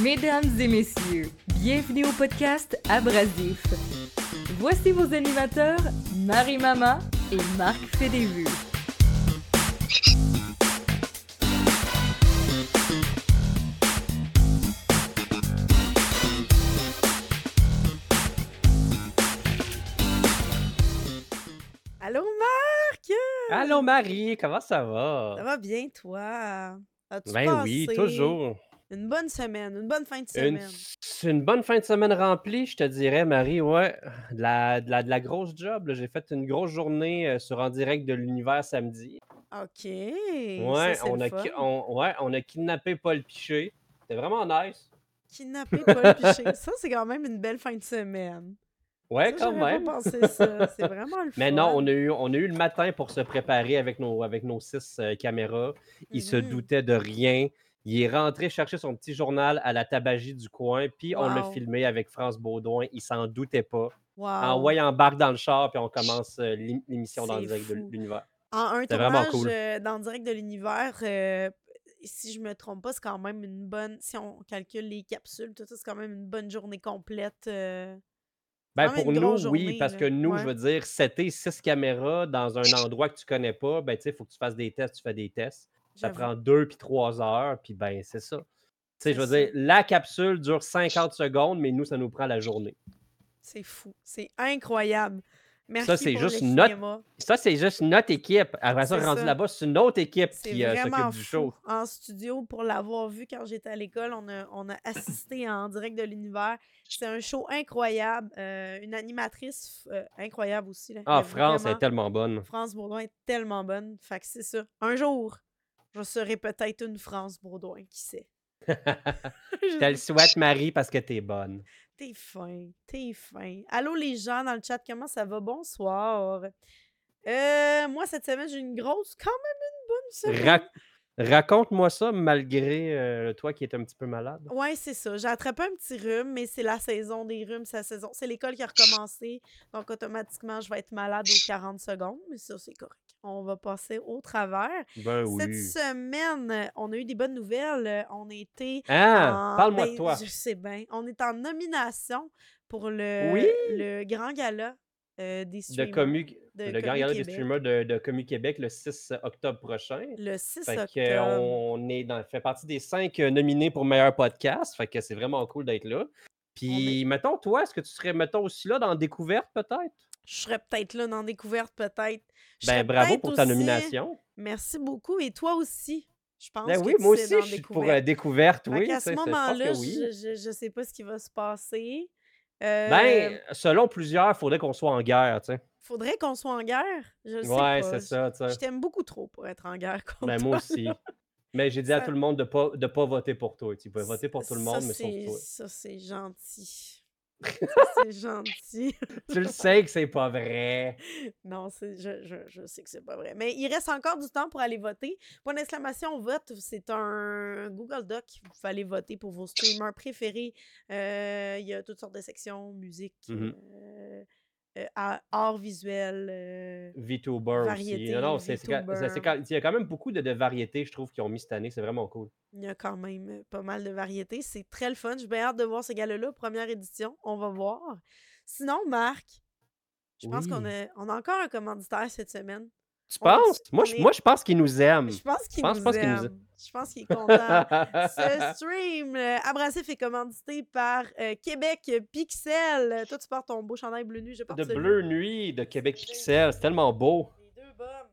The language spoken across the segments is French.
Mesdames et messieurs, bienvenue au podcast Abrasif. Voici vos animateurs, Marie-Mama et Marc Fédévu. Allô Marc! Allô Marie, comment ça Ça va? va bien toi? As-tu Ben oui, passé toujours. une bonne semaine, une bonne fin de Une, semaine? c'est une bonne fin de semaine remplie, je te dirais, Marie, ouais. De la grosse job, là. J'ai fait une grosse journée sur En direct de l'univers samedi. OK, ça Ouais, c'est le fun. on a kidnappé Paul Piché. C'était vraiment nice. Kidnapper Paul Piché, ça c'est quand même une belle fin de semaine. Ouais, Ça, quand j'aurais pas même. pensé ça. C'est vraiment le Mais non, fun. on a eu le matin pour se préparer avec nos 6 caméras. Il se Mhm. doutait de rien. Il est rentré chercher son petit journal à la tabagie du coin, puis on l'a Wow, filmé avec France Baudouin. Il s'en doutait pas. wow, Envoie, embarque dans le char, puis on commence l'émission dans c'est direct de fou. l'univers. En un C'était vraiment tournage cool. dans Direct de l'univers, si je me trompe pas, c'est quand même une bonne. Si on calcule les capsules, tout ça, c'est quand même une bonne journée complète. C'est Ben quand même pour une nous, grosse oui, journée, parce là. que nous, je Ouais, veux dire, setter 6 caméras dans un endroit que tu connais pas, ben tu sais, il faut que tu fasses des tests, tu fais des tests. Ça j'avoue. prend 2 puis 3 heures, puis ben c'est ça. Tu sais, C'est je veux ça. dire, la capsule dure 50 secondes, mais nous, ça nous prend la journée. C'est fou. C'est incroyable. Ça, Merci c'est pour le juste notre, cinéma. ça, c'est juste notre équipe. Après ça, C'est rendu ça. là-bas, c'est une autre équipe C'est qui s'occupe vraiment du fou. show. En studio, pour l'avoir vu quand j'étais à l'école, on a assisté en direct de l'univers. C'est un show incroyable. Une animatrice incroyable aussi, là. Il y Ah, a France est vraiment. tellement bonne. France Baudouin est tellement bonne. Fait que c'est ça. Un jour, je serai peut-être une France Baudouin, qui sait. Je te le souhaite, Marie, parce que t'es bonne. T'es fin, t'es fin. Allô les gens dans le chat, comment ça va? Bonsoir. Moi, cette semaine, j'ai une grosse, quand même une bonne semaine. Raconte-moi ça, malgré toi qui es un petit peu malade. Ouais, c'est ça. J'ai attrapé un petit rhume, mais c'est la saison des rhumes, c'est la saison. C'est l'école qui a recommencé. Donc, automatiquement, je vais être malade aux 40 secondes, mais ça, c'est correct. On va passer au travers. Ben Cette oui. semaine, on a eu des bonnes nouvelles. On a été Ah, en. parle-moi de Ben, toi. je sais bien. On est en nomination pour Oui, le grand gala des de streamers de le grand Commu gala des Québec streamers de Commu Québec le 6 octobre prochain. le 6 Fait octobre. qu'on fait partie des 5 nominés pour meilleur podcast. Fait que c'est vraiment cool d'être là. On est... Puis, mettons, toi, est-ce que tu serais, mettons, aussi là dans Découverte, peut-être? Je serais peut-être là dans Découverte, peut-être. Je serais Ben, bravo peut-être pour ta aussi. nomination. Merci beaucoup. Et toi aussi. Je Ben pense que oui, tu moi sais aussi, dans je suis pour Découverte. Découverte, Fait oui. qu'à ce Je pense que moment-là, oui. je sais pas ce qui va se passer. Ben, selon plusieurs, il faudrait qu'on soit en guerre, tu sais. Faudrait qu'on soit en guerre. Je le sais Ouais, pas. c'est ça, tu Je sais. t'aime beaucoup trop pour être en guerre Ben, contre moi toi. aussi. Mais j'ai dit à tout Ça, le monde de pas voter pour toi. Tu peux voter pour tout le monde, mais sauf toi. ça, c'est gentil. Ça, c'est gentil. Tu le sais que c'est pas vrai. Non, je sais que c'est pas vrai. Mais il reste encore du temps pour aller voter. Point d'exclamation vote, c'est un Google Doc. Vous pouvez aller voter pour vos streamers préférés. Il y a toutes sortes de sections, musique, Mhm. art visuel, VTuber aussi. Non, variété, non, VTuber. il y a quand même beaucoup de variétés, je trouve, qu'ils ont mis cette année. C'est vraiment cool. Il y a quand même pas mal de variétés. C'est très le fun. J'ai bien hâte de voir ce gala-là, première édition. On va voir. Sinon, Marc, je pense Oui. on a encore un commanditaire cette semaine. Tu On est, penses? on est, Je pense qu'ils nous aiment. je pense Je qu'il pense, je nous pense qu'ils nous aiment. aime. Je pense qu'il est content. Ce stream, Abrasif est commandité par Québec Pixel. Toi, tu portes ton beau chandail bleu nu. Je porte De celui. Bleu Nuit, de Québec Pixel. C'est tellement beau. Les deux bonnes.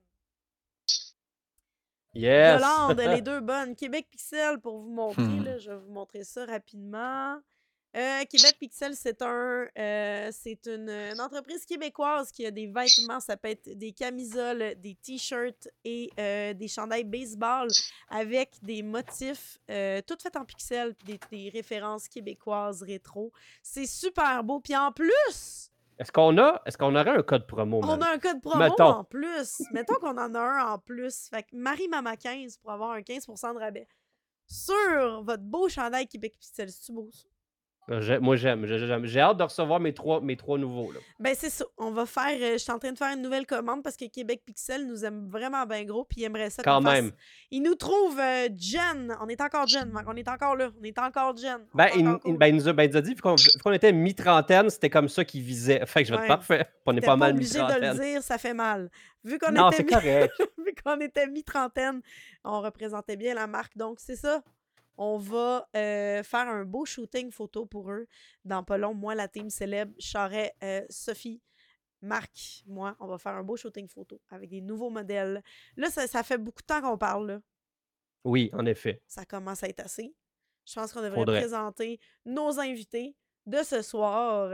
Yes. Yolande, les deux bonnes. Québec Pixel, pour vous montrer, là, je vais vous montrer ça rapidement. Québec Pixel, c'est une entreprise québécoise qui a des vêtements, ça peut être des camisoles, des t-shirts et des chandails baseball avec des motifs tout faits en pixels puis des références québécoises rétro. C'est super beau. Puis en plus, Est-ce qu'on aurait un code promo, on Marie? a un code promo Mettons. en plus. Mettons qu'on en a un en plus. Fait que Marie-Mama 15 pour avoir un 15% de rabais sur votre beau chandail Québec Pixel. C'est-tu beau, ça? Moi, j'aime. J'ai hâte de recevoir mes trois nouveaux. Là. Ben, c'est ça. On va faire. Je suis en train de faire une nouvelle commande parce que Québec Pixel nous aime vraiment bien gros. Puis il aimerait ça qu'on Quand fasse. même. Il nous trouve Jen. On est encore Jen. On est encore là. On est encore Jen. On Ben, est encore cool. il nous a dit, vu qu'on était mi-trentaine, c'était comme ça qu'il visait. Fait que je vais être Ouais. parfait. On est T'es pas pas mal obligé de le mi-trentaine. dire, ça fait mal. Vu qu'on Non, était c'est correct. vu qu'on était mi-trentaine, on représentait bien la marque. Donc, c'est ça. On va faire un beau shooting photo pour eux. Dans pas long, moi, la team célèbre, Charret, Sophie, Marc, moi, on va faire un beau shooting photo avec des nouveaux modèles. Là, ça fait beaucoup de temps qu'on parle, là. Oui, en effet. Ça commence à être assez. Je pense qu'on devrait Faudrait. présenter nos invités de ce soir.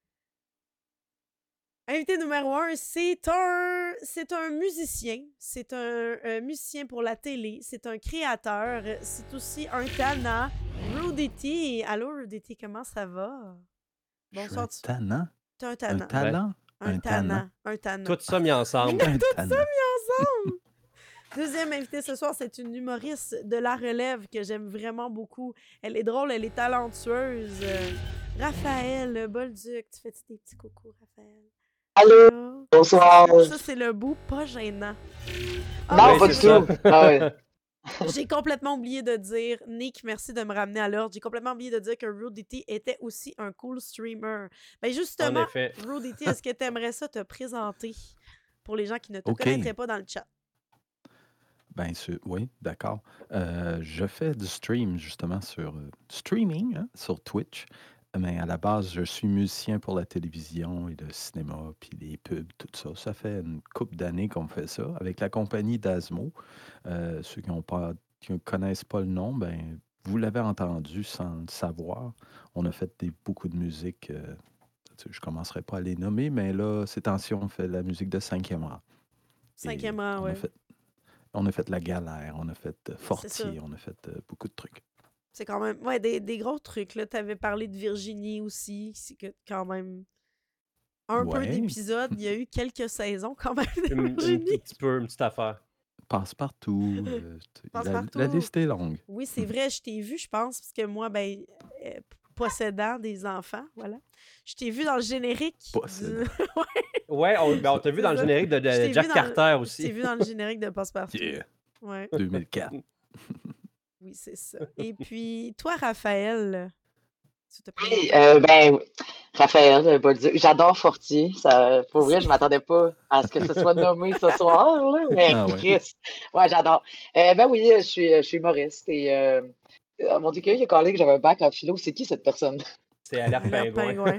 Invité numéro 1, c'est un musicien. C'est un musicien pour la télé. C'est un créateur. C'est aussi un talent. Rudity. Allô, Rudity, comment ça va? Je suis Bonsoir. un tannant. T'es un Un talent. talent. Un talent. Un talent. Tout ça mis ensemble. Un tannant. Deuxième invité ce soir, c'est une humoriste de la relève que j'aime vraiment beaucoup. Elle est drôle, elle est talentueuse. Raphaël Bolduc, tu fais des petits coucous, Raphaël? Allô, bonsoir. Ça, c'est le bout pas gênant. Non, oui, pas du c'est ça. tout. Ah ouais. J'ai complètement oublié de dire, Nick, merci de me ramener à l'ordre. J'ai complètement oublié de dire que Rudity était aussi un cool streamer. Ben En justement, effet. Rudity, est-ce que tu aimerais ça te présenter pour les gens qui ne te OK. connaîtraient pas dans le chat? Ben, oui, d'accord. Je fais du stream, justement, sur streaming, hein, sur Twitch. Mais à la base, je suis musicien pour la télévision et le cinéma, puis les pubs, tout ça. Ça fait une couple d'années qu'on fait ça avec la compagnie Dasmo. Ceux qui ne connaissent pas le nom, ben, vous l'avez entendu sans le savoir. On a fait beaucoup de musique. Je ne commencerai pas à les nommer, mais là, ces temps-ci, on fait la musique de 5e rang. Cinquième Et rang, ouais. on a fait La Galère, on a fait ça. Fortier, on a fait beaucoup de trucs. C'est quand même ouais, des gros trucs. Là. T'avais parlé de Virginie aussi. C'est quand même un peu Ouais, d'épisodes. Il y a eu quelques saisons quand même de Un Virginie. petit peu, une petite affaire. Passe-partout. Passe-partout. La liste est longue. Oui, c'est vrai, je t'ai vu, je pense, parce que moi, ben, possédant des enfants, voilà. Je t'ai vu dans le générique. Possédant. Ouais, on t'a vu C'est dans le ça. générique de Je t'ai vu Jack dans Carter Je t'ai aussi. vu dans le générique de Passe-Partout. Yeah, Ouais, 2004. oui, c'est ça. Et puis, toi, Raphaël, tu te Oui, présentes? ben, Raphaël Bolduc, j'adore Fortier. Ça, pour vrai, je m'attendais pas à ce que ce soit nommé ce soir, là, mais Ah ouais. Chris, ouais, j'adore. Ben oui, je suis humoriste et mon Dieu, il a calé que j'avais un bac en philo. C'est qui cette personne? C'est Alerte Alerte Pingouin.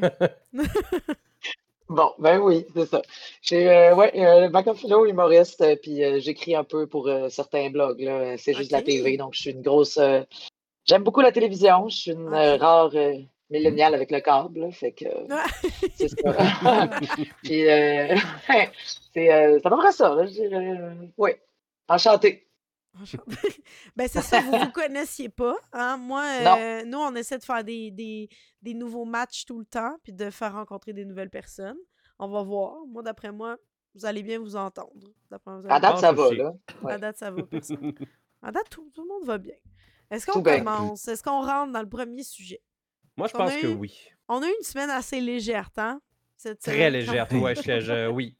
Bon, ben oui, c'est ça. J'ai le bac en philo, humoriste, puis j'écris un peu pour certains blogs, là. C'est juste la Ok. TV, donc je suis une grosse. J'aime beaucoup la télévision. Je suis une Ok. rare milléniale avec le câble, là, fait que Ah! c'est ça. Puis c'est à peu près ça, là, je dirais. Oui, enchanté. Enchantée. Ben c'est ça, vous vous connaissiez pas. Hein? Moi, Non. nous, on essaie de faire des nouveaux matchs tout le temps, puis de faire rencontrer des nouvelles personnes. On va voir. Moi, d'après moi, vous allez bien vous entendre. D'après moi, vous À allez date, pense ça va, aussi. là. À Ouais. date, ça va, personne. À date, tout le monde va bien. Est-ce qu'on Tout bien. commence? Est-ce qu'on rentre dans le premier sujet? Moi, je Parce qu'on pense a que eu- oui. On a eu une semaine assez légère, hein? Cette Très semaine, légère. quand même. Ouais, oui.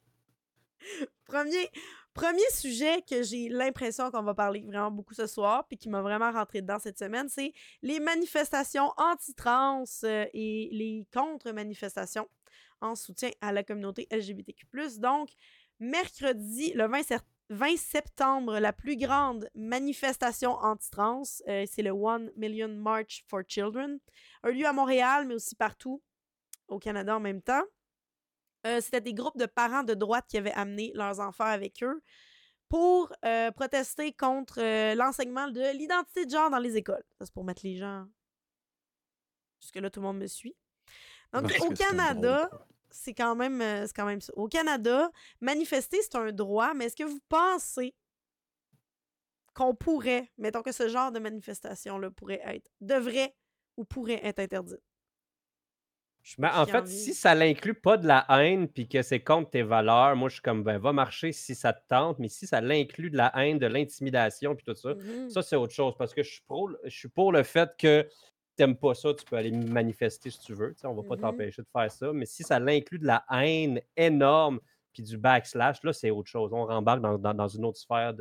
Premier sujet que j'ai l'impression qu'on va parler vraiment beaucoup ce soir, puis qui m'a vraiment rentré dedans cette semaine, c'est les manifestations anti-trans et les contre-manifestations en soutien à la communauté LGBTQ+. Donc, mercredi, le 20 septembre, la plus grande manifestation anti-trans, c'est le 1 Million March for Children, a eu lieu à Montréal, mais aussi partout au Canada en même temps. C'était des groupes de parents de droite qui avaient amené leurs enfants avec eux pour protester contre l'enseignement de l'identité de genre dans les écoles. Ça, c'est pour mettre les gens... Jusque-là, tout le monde me suit. Donc, Parce au que c'est un Canada, drôle, quoi. c'est quand même ça. Au Canada, manifester, c'est un droit, mais est-ce que vous pensez qu'on pourrait, mettons que ce genre de manifestation-là devrait ou pourrait être interdit? En fait, si ça l'inclut pas de la haine puis que c'est contre tes valeurs, moi, je suis comme, ben, va marcher si ça te tente, mais si ça l'inclut de la haine, de l'intimidation puis tout ça, Mhm. ça, c'est autre chose parce que je suis pour le fait que t'aimes pas ça, tu peux aller manifester si tu veux. On va pas t'empêcher de faire ça. Mais si ça l'inclut de la haine énorme puis du backslash, là, c'est autre chose. On rembarque dans une autre sphère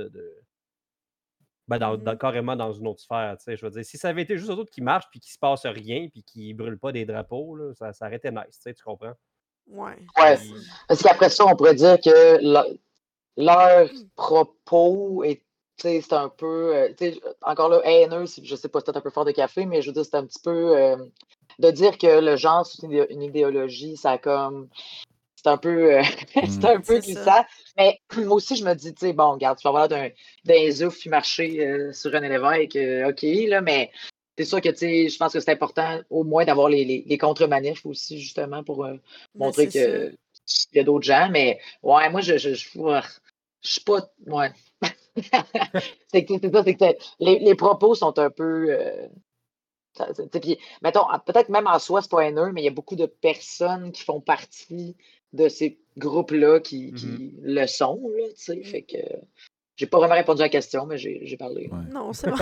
carrément dans une autre sphère. Je veux dire, si ça avait été juste eux autres qui marchent puis qui se passe rien puis qui brûlent pas des drapeaux, là, ça aurait été nice, tu comprends? Ouais. Parce qu'après ça, on pourrait dire que leur propos est, c'est un peu, encore là, haineux, je sais pas, c'est peut-être un peu fort de café, mais je veux dire, c'est un petit peu de dire que le genre, c'est une idéologie, ça comme. C'est un peu, c'est un peu glissant. Mais moi aussi, je me dis, tu sais, bon, regarde, tu vas avoir d'un œufs puis marcher sur René Lévesque, OK, là, mais c'est sûr que, tu sais, je pense que c'est important au moins d'avoir les contre-manifs aussi, justement, pour montrer qu'il y a d'autres gens. Mais, ouais, moi, je suis pas. Ouais. c'est ça, c'est que les propos sont un peu. Puis, mettons, peut-être même en soi, c'est pas haineux, mais il y a beaucoup de personnes qui font partie de ces groupes-là qui le sont, là, tu sais. Fait que j'ai pas vraiment répondu à la question, mais j'ai parlé. Ouais. Non, c'est bon.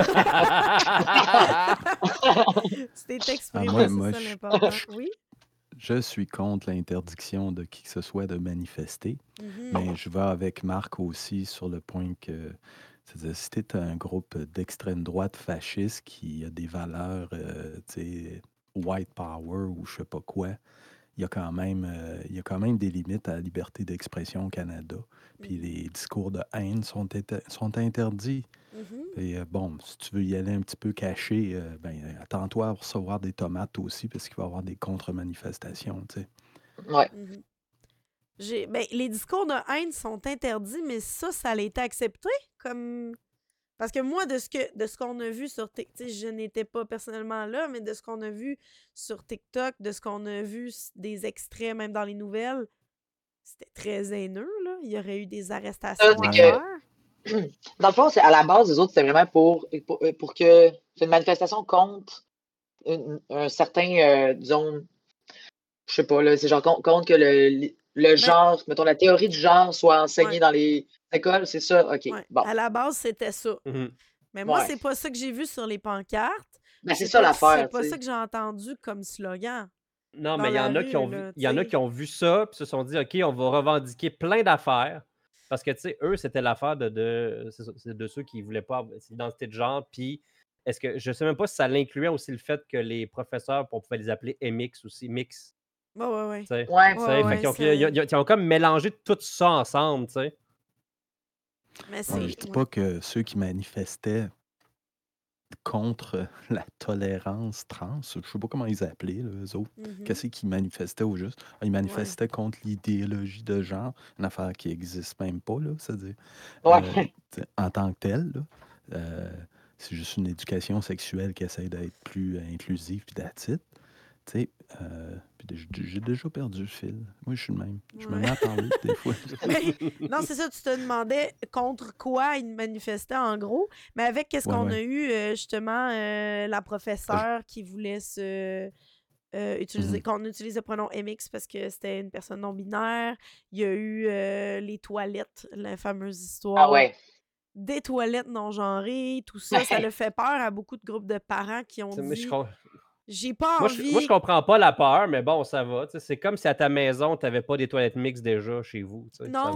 C'était exprimé, c'est ça l'important. Oui? Je suis contre l'interdiction de qui que ce soit de manifester, mais je vais avec Marc aussi sur le point que c'est-à-dire, si tu es un groupe d'extrême droite fasciste qui a des valeurs, tu sais, white power ou je sais pas quoi, il y a quand même des limites à la liberté d'expression au Canada. Puis les discours de haine sont interdits. Et bon, si tu veux y aller un petit peu caché, attends-toi à recevoir des tomates aussi parce qu'il va y avoir des contre-manifestations, tu sais. Ouais. Les discours de haine sont interdits, mais ça a été accepté comme. Parce que moi, de ce qu'on a vu sur TikTok, je n'étais pas personnellement là, mais de ce qu'on a vu sur TikTok, de ce qu'on a vu des extraits, même dans les nouvelles, c'était très haineux, là. Il y aurait eu des arrestations à faire. Dans le fond, à la base, les autres, c'était vraiment pour que c'est une manifestation contre un certain, disons, je sais pas, là, c'est genre contre que le genre, mettons, la théorie du genre soit enseignée dans les écoles, c'est ça? OK, bon. À la base, c'était ça. Mais moi, c'est pas ça que j'ai vu sur les pancartes. Ben, c'est ça l'affaire. C'est pas ça que j'ai entendu comme slogan. Non, mais il y en a qui ont vu ça et se sont dit, OK, on va revendiquer plein d'affaires. Parce que, tu sais, eux, c'était l'affaire de ceux qui ne voulaient pas avoir cette identité de genre. Puis, est-ce que je sais même pas si ça l'incluait aussi le fait que les professeurs, on pouvait les appeler MX aussi, mix. Ouais. Ils ont comme mélangé tout ça ensemble, tu sais. Mais je dis pas que ceux qui manifestaient contre la tolérance trans, je sais pas comment ils appelaient, là, eux autres. Qu'est-ce qu'ils manifestaient au juste? Ils manifestaient contre l'idéologie de genre, une affaire qui n'existe même pas, là, c'est-à-dire, en tant que telle, là, c'est juste une éducation sexuelle qui essaie d'être plus inclusive puis that's it. Tu sais, j'ai déjà perdu le fil. Moi, je suis le même. Je me mets à parler des fois. Non, c'est ça, tu te demandais contre quoi ils manifestaient en gros. Mais avec qu'est-ce qu'on a eu, justement, la professeure qui voulait utiliser, qu'on utilise le pronom MX parce que c'était une personne non-binaire. Il y a eu les toilettes, la fameuse histoire. Ah ouais. Des toilettes non-genrées, tout ça, ça le fait peur à beaucoup de groupes de parents qui ont dit... J'ai pas envie. Moi, je comprends pas la peur, mais bon, ça va. C'est comme si à ta maison, tu n'avais pas des toilettes mixtes déjà chez vous. Non.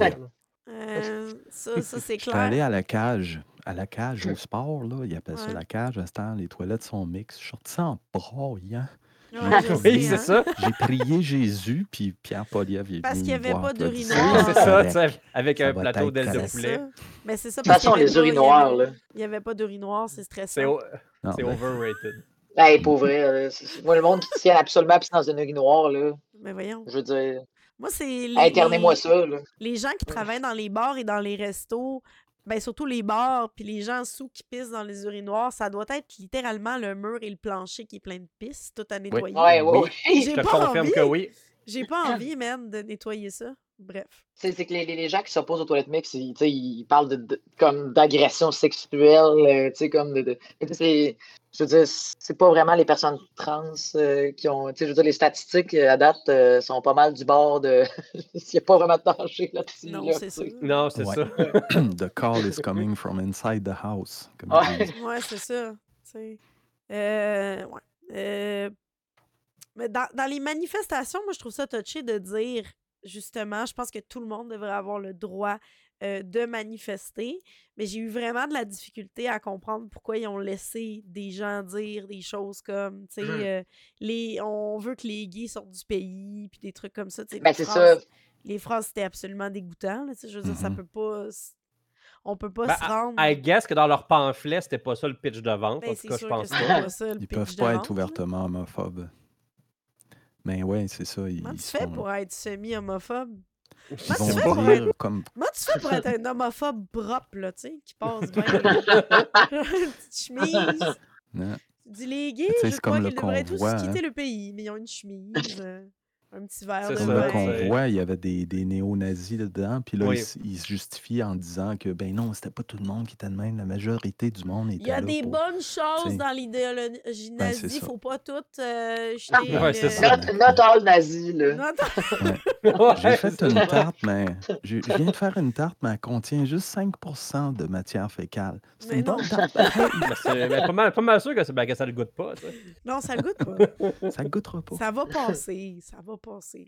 Ça c'est clair. Je suis allé à la cage au sport, là. Ils appellent ça la cage. À ce temps, les toilettes sont mixtes. Je suis sorti en broyant. Oui, c'est ça. J'ai prié Jésus, puis Pierre Poliev est venu. Parce qu'il n'y avait pas Oui, d'urinoir. c'est ça, avec un plateau d'ailes de poulet. Mais c'est ça. De toute façon, les urinoirs, là. Il n'y avait pas d'urinoir, c'est stressant. C'est overrated. Hey, pour vrai, moi, le monde qui tient absolument pis dans une urinoir, là. Mais voyons. Je veux dire. Moi, c'est. Internez-moi ça, là. Les gens qui travaillent dans les bars et dans les restos, ben surtout les bars, puis les gens sous qui pissent dans les urinoirs, ça doit être littéralement le mur et le plancher qui est plein de pisse, tout à nettoyer. Oui. Je te confirme que oui. J'ai pas envie, man, de nettoyer ça. Bref. C'est que les gens qui s'opposent aux toilettes mixtes, ils parlent comme d'agression sexuelle, comme je veux dire, c'est pas vraiment les personnes trans qui ont, je veux dire, les statistiques à date sont pas mal du bord de, il n'y a pas vraiment de danger là-dessus. Non, là, c'est ça. Non, c'est ça. The call is coming from inside the house. Ouais, c'est ça. Ouais. Mais dans les manifestations, moi, je trouve ça touché de dire, justement, je pense que tout le monde devrait avoir le droit de manifester, mais j'ai eu vraiment de la difficulté à comprendre pourquoi ils ont laissé des gens dire des choses comme, tu sais, on veut que les gays sortent du pays, puis des trucs comme ça. Ben, c'est ça. Les phrases, c'était absolument dégoûtant. Là, je veux dire, ça peut pas... On peut pas Ben, se rendre... I guess que dans leur pamphlet, c'était pas ça le pitch de vente. Ben, En tout cas, je sûr pense que c'était pas. pas ça le Ils pitch peuvent de pas vente, être ouvertement homophobes. Mais ouais, c'est ça. Comment Ils tu fais sont. pour être semi-homophobe? Ils Comment tu fais vont pour dire être... comme. Comment tu fais pour être un homophobe propre, là, tu sais, qui passe bien? Une petite chemise. Non. Tu dis, les gays, Tu sais, je c'est crois comme le qu'ils devraient tous convoi. quitter Hein. le pays, mais ils ont une chemise, un petit verre C'est de ça, Comme le vin. convoi, il y avait des néo-nazis là-dedans. Puis là, Oui. ils se justifient en disant que, ben non, c'était pas tout le monde qui était de même. La majorité du monde Il y était a là des pour. bonnes choses t'sais. dans l'idéologie Ben, c'est nazie, ça. faut pas toutes jeter Ouais, c'est ça. Not all nazi, là. Not- Ouais. J'ai Ouais, fait c'est une ça. tarte, mais je viens de faire une tarte, mais elle contient juste 5% de matière fécale. C'est Mais une non. bonne tarte, pareil. Mais pas mal sûr que ça le goûte pas. Tu sais. Non, ça le goûte pas. Ça ne goûtera pas. Ça va passer, ça va passer.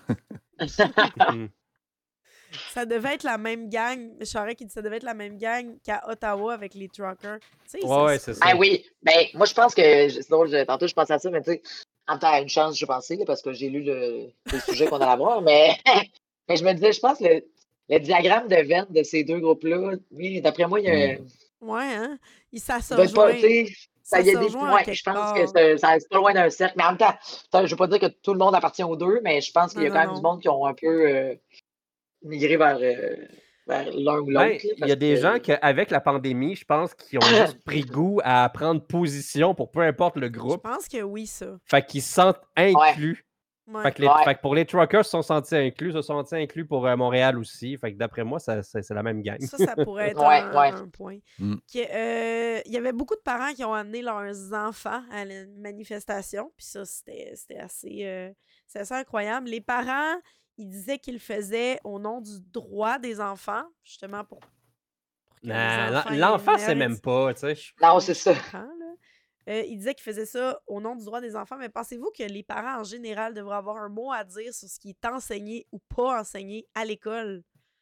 Mm. Ça devait être la même gang. Charest qui dit ça devait être la même gang qu'à Ottawa avec les truckers. Tu sais, Ouais, c'est ça. Ben oui. Ben, moi, je pense que. C'est drôle, tantôt, je pensais à ça, mais tu sais, en même temps, une chance, je pensais, là, parce que j'ai lu les sujets qu'on allait voir, mais, mais je me disais, je pense que le diagramme de Venn de ces deux groupes-là, oui, d'après moi, il y a. Ouais, hein? Ça se doit être pas, rejoint. tu sais, Ça il y a se des. rejoint en Ouais, quelque je pense part. que c'est pas loin d'un cercle. Mais en même temps, je veux pas dire que tout le monde appartient aux deux, mais je pense qu'il y a Non, quand non, même du non. monde qui ont un peu migré vers l'un ou Ben, l'autre. là, il y a parce des que- gens qui, avec la pandémie, je pense, qui ont juste pris goût à prendre position pour peu importe le Je groupe. pense que oui, ça. Fait qu'ils se sentent inclus. Ouais. Fait que Ouais. pour les truckers se sont sentis inclus pour Montréal aussi. Fait que d'après moi, c'est la même gang. Ça pourrait être Ouais, ouais. un point. Mm. Il y avait beaucoup de parents qui ont amené leurs enfants à la manifestation. Puis ça, c'était assez incroyable. Les parents, ils disaient qu'ils le faisaient au nom du droit des enfants, justement pour que les enfants aient L'enfant, une c'est meilleure même pas, tu sais. Non, c'est je ça. comprends, là. Il disait qu'il faisait ça au nom du droit des enfants, mais pensez-vous que les parents en général devraient avoir un mot à dire sur ce qui est enseigné ou pas enseigné à l'école?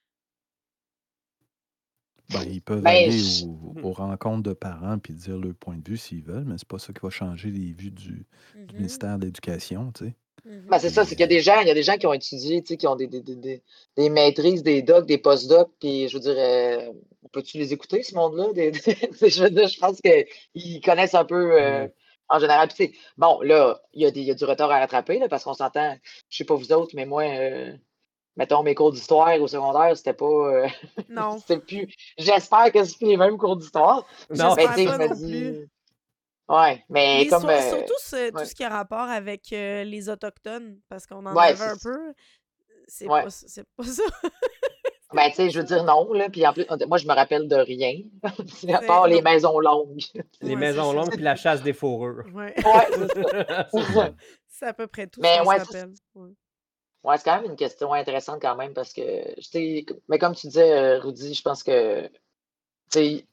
Ben, ils peuvent Ben, aller je- aux rencontres de parents puis dire leur point de vue s'ils veulent, mais c'est pas ça qui va changer les vues du Mhm, ministère de l'Éducation, tu sais. mhm. Ben, c'est ça, c'est qu'il y a des gens qui ont étudié, tu sais, qui ont des maîtrises, des docs, des post-docs, puis je veux dire, peux-tu les écouter, ce monde-là? Je veux dire, je pense qu'ils connaissent un peu en général. Puis, tu sais, bon, là, il y a du retard à rattraper, là, parce qu'on s'entend, je sais pas vous autres, mais moi, mettons, mes cours d'histoire au secondaire, c'était pas. Non. C'est plus. J'espère que c'est plus les mêmes cours d'histoire. Non, Mais J'espère tu sais, pas je me non dis. plus. Ouais, mais comme. Surtout tout ouais. ce qui a rapport avec les Autochtones, parce qu'on en Ouais, avait un peu. C'est Ouais. pas ça. Ben, tu sais, je veux dire non, là. Puis en plus, moi, je me rappelle de rien. À C'est- part les non. maisons longues. Les Ouais, maisons c'est ça. longues puis la chasse des fourrures. Ouais. Ouais, c'est ça. C'est ça. C'est à peu près tout Mais ce qu'on ouais, se rappelle. Ouais. Ouais, c'est quand même une question intéressante quand même parce que, tu sais, mais comme tu disais, Rudy, je pense que, tu sais,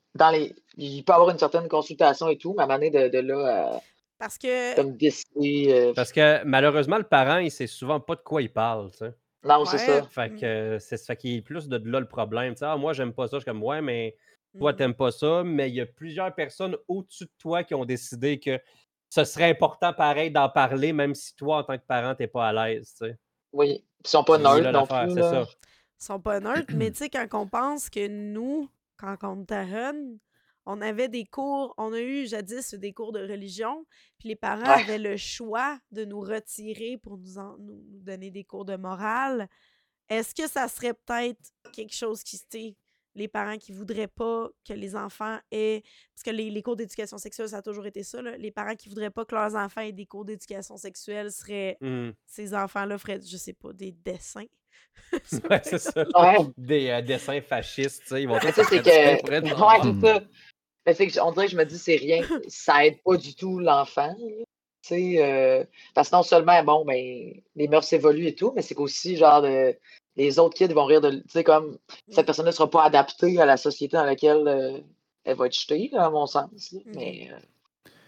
il peut y avoir une certaine consultation et tout, mais à un moment donné, de là à Parce que, comme décider. Parce que malheureusement, le parent, il sait souvent pas de quoi il parle, tu sais. Non, c'est ouais, ça. Fait que fait qu'il est plus de là le problème. Tu sais, ah, moi, j'aime pas ça. Je suis comme, ouais, mais toi, mm, t'aimes pas ça. Mais il y a plusieurs personnes au-dessus de toi qui ont décidé que ce serait important, pareil, d'en parler, même si toi, en tant que parent, t'es pas à l'aise, tu sais. Oui. Ils sont pas C'est neutres là non l'affaire, plus, c'est là. ça. ils sont pas neutres, mais tu sais, quand on pense que nous, quand on était jeunes, on avait des cours, on a eu jadis des cours de religion, puis les parents Ouais. avaient le choix de nous retirer pour nous donner des cours de morale. Est-ce que ça serait peut-être quelque chose qui, tu sais, les parents qui voudraient pas que les enfants aient... Parce que les cours d'éducation sexuelle, ça a toujours été ça, là. Les parents qui voudraient pas que leurs enfants aient des cours d'éducation sexuelle seraient... Hmm. Ces enfants-là feraient, je sais pas, des dessins. Ouais, c'est ça. Ouais. Des dessins fascistes, tu sais. Ils vont Mais tous tu sais, se c'est pour être que. dans- Ouais, c'est ça. Mais c'est que on dirait que je me dis, c'est rien. Ça aide pas du tout l'enfant. Là. Tu sais, parce que non seulement, bon, ben, les mœurs évoluent et tout, mais c'est qu'aussi, genre, les autres kids vont rire de. Tu sais, comme cette personne-là ne sera pas adaptée à la société dans laquelle elle va être jetée, là, à mon sens. Là. Mais.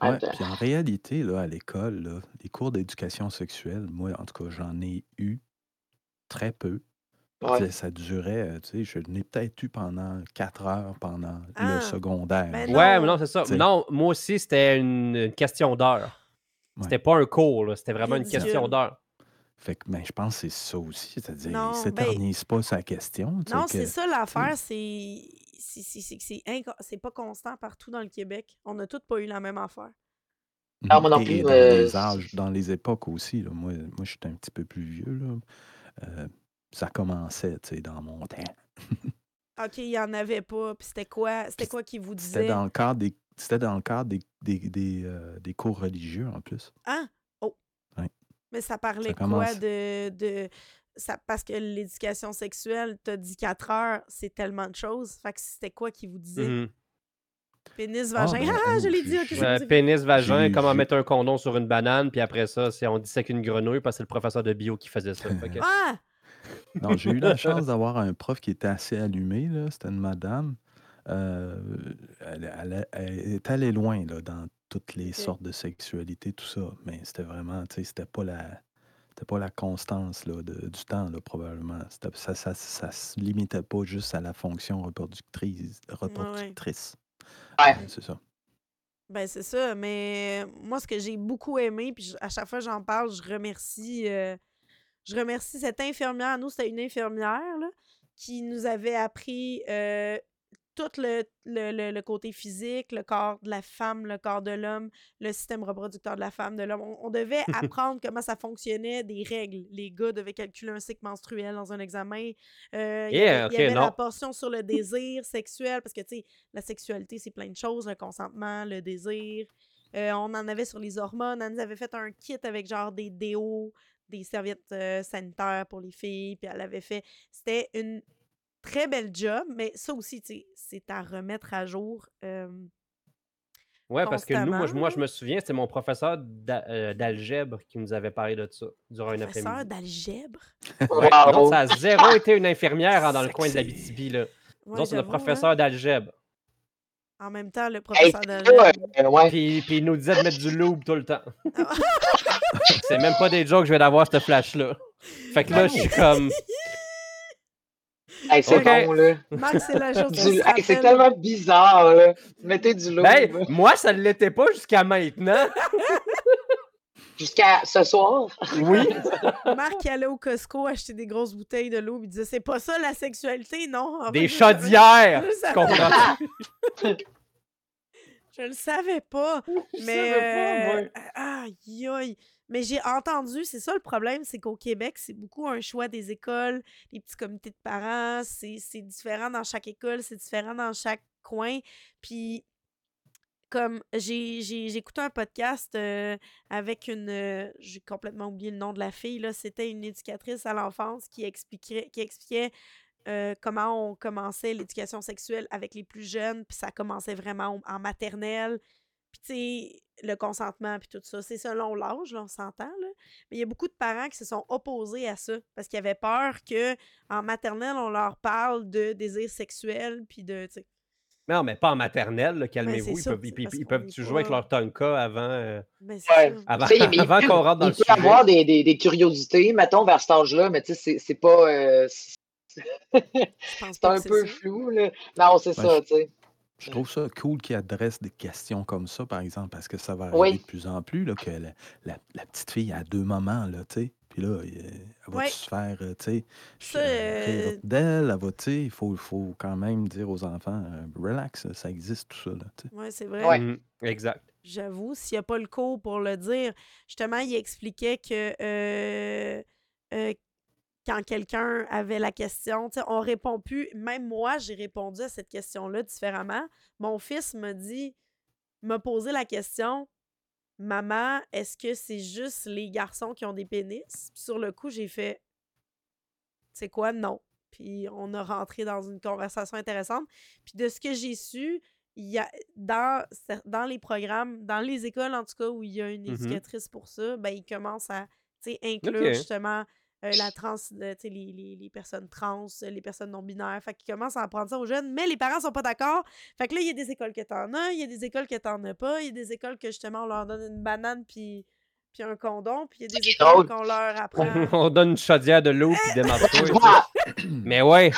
Ouais, puis en réalité, là, à l'école, là, les cours d'éducation sexuelle, moi, en tout cas, j'en ai eu très peu. Ouais. Ça durait, je l'ai peut-être eu pendant 4 heures pendant le Ah, secondaire. ben Ouais, mais non, non. c'est ça. Tu sais, Non, moi aussi, c'était une question d'heure. ouais. C'était pas un cours, là, c'était vraiment une question Ridicule. d'heure. Fait que je pense que c'est ça aussi. C'est-à-dire, il Non, ben, s'éternise pas sa question. Tu sais, non, c'est que, ça tu sais, l'affaire, c'est que c'est pas constant partout dans le Québec. On n'a tous pas eu la même affaire. Ah, moi non et plus. dans les âges, dans les époques aussi. Là. Moi, j'étais un petit peu plus vieux. Là. Ça commençait, tu sais, dans mon temps. OK, il y en avait pas. Puis c'était quoi Puis qui vous c'était disait? dans le cadre des cours religieux en plus. Ah! Oh! Ouais. Mais ça Ça parlait quoi commence. ça, parce que l'éducation sexuelle, t'as dit 4 heures, c'est tellement de choses. Fait que c'était quoi qui vous disait? Mhm. Pénis, Ah, vagin. ben, Ah, je oh, l'ai dit, ok, c'est bon, c'est Pénis, vagin, j'ai comment j'ai- mettre un condom sur une banane, puis après ça, on dissèque une grenouille parce que c'est le professeur de bio qui faisait ça. Fait que- Ah! Non, j'ai eu la chance d'avoir un prof qui était assez allumé, là. C'était une madame. Euh, elle est allée loin là, dans toutes les Ok. sortes de sexualité, tout ça. Mais c'était vraiment, tu sais, c'était pas la constance là, du temps, là, probablement. Ça se limitait pas juste à la fonction reproductrice. Ouais. Ouais. C'est ça. Ben, c'est ça. Mais moi, ce que j'ai beaucoup aimé, puis à chaque fois que j'en parle, je remercie cette infirmière. Nous, c'était une infirmière là, qui nous avait appris tout le côté physique, le corps de la femme, le corps de l'homme, le système reproducteur de la femme, de l'homme. On devait apprendre comment ça fonctionnait, des règles. Les gars devaient calculer un cycle menstruel dans un examen. Il y avait la portion sur le désir sexuel, parce que, tu sais, la sexualité, c'est plein de choses, le consentement, le désir. On en avait sur les hormones. Elle nous avait fait un kit avec genre des déos, des serviettes sanitaires pour les filles, puis elle avait fait... C'était une très belle job, mais ça aussi, tu sais, c'est à remettre à jour Ouais, parce que nous, constamment. moi, je me souviens, c'était mon professeur d'algèbre qui nous avait parlé de ça durant une Professeur après-midi. d'algèbre? Ouais. Non, Wow. ça a zéro été une infirmière dans le coin de Sexy. l'Abitibi, là. Nous Ouais, autres, c'est le j'avoue, hein. professeur d'algèbre. En même temps, le Hey, professeur ça, d'algèbre. ouais. Puis il nous disait de mettre du lube tout le temps. C'est même pas des jokes que je vais d'avoir, cette flash-là. Fait que là, je suis comme... Hey, c'est OK. bon, là. Marc, c'est la chose qu'on se Hey, c'est rappelle. tellement bizarre, là. Mettez du lube. Ben, moi, ça ne l'était pas jusqu'à maintenant. Jusqu'à ce soir. Oui. Marc, il allait au Costco acheter des grosses bouteilles de l'eau, il disait, c'est pas ça la sexualité, non? En fait, Des je le savais- chaudières. je le Tu savais. comprends? Je le savais pas. Je Mais savais pas, moi. aïe, aïe. Mais j'ai entendu, c'est ça le problème, c'est qu'au Québec, c'est beaucoup un choix des écoles, les petits comités de parents, c'est différent dans chaque école, c'est différent dans chaque coin. Puis comme j'ai écouté un podcast avec j'ai complètement oublié le nom de la fille, là, c'était une éducatrice à l'enfance qui expliquait comment on commençait l'éducation sexuelle avec les plus jeunes, puis ça commençait vraiment en maternelle. Puis, tu sais, le consentement, puis tout ça, c'est selon l'âge, là, on s'entend, là. Mais il y a beaucoup de parents qui se sont opposés à ça parce qu'ils avaient peur qu'en maternelle, on leur parle de désir sexuel, puis de, tu sais. Non, mais pas en maternelle, là, Ben, calmez-vous. c'est Ils ça, peuvent, c'est parce ils qu'on peuvent est jouer avec pas... leur tonka avant, Ben, c'est Ouais. ça. avant, Tu sais, mais avant qu'on rentre dans le il peut sujet. avoir des curiosités, mettons, vers cet âge-là, mais tu sais, c'est pas... Je pense c'est pas un que c'est peu ça. flou, là. Non, c'est Ben, ça, tu sais. je trouve ça cool qu'ils adressent des questions comme ça, par exemple, parce que ça va arriver Oui. de plus en plus, là, que la petite fille a 2 mamans, là, tu sais. Puis là, elle va Ouais. se faire, tu sais, Ça, rire d'elle, elle va, tu sais, il faut quand même dire aux enfants, relax, ça existe, tout ça, là, tu sais. ouais, c'est vrai. Ouais. Mhm, exact. J'avoue, s'il n'y a pas le cours pour le dire, justement, il expliquait que quand quelqu'un avait la question, tu sais, on répond plus. Même moi, j'ai répondu à cette question-là différemment. Mon fils m'a posé la question, maman, est-ce que c'est juste les garçons qui ont des pénis? Puis sur le coup, j'ai fait, c'est quoi? Non. Puis on a rentré dans une conversation intéressante. Puis de ce que j'ai su, il y a dans les programmes, dans les écoles en tout cas, où il y a une Mhm. éducatrice pour ça, ben ils commencent à tu sais, inclure OK. justement la trans, les personnes trans, les personnes non-binaires. Fait qu'ils commencent à apprendre ça aux jeunes, mais les parents sont pas d'accord. Fait que là, il y a des écoles que t'en as, il y a des écoles que t'en as pas, il y a des écoles que justement, on leur donne une banane puis un condom, puis il y a des écoles qu'on leur apprend. On donne une chaudière de l'eau puis des marteaux. Mais ouais,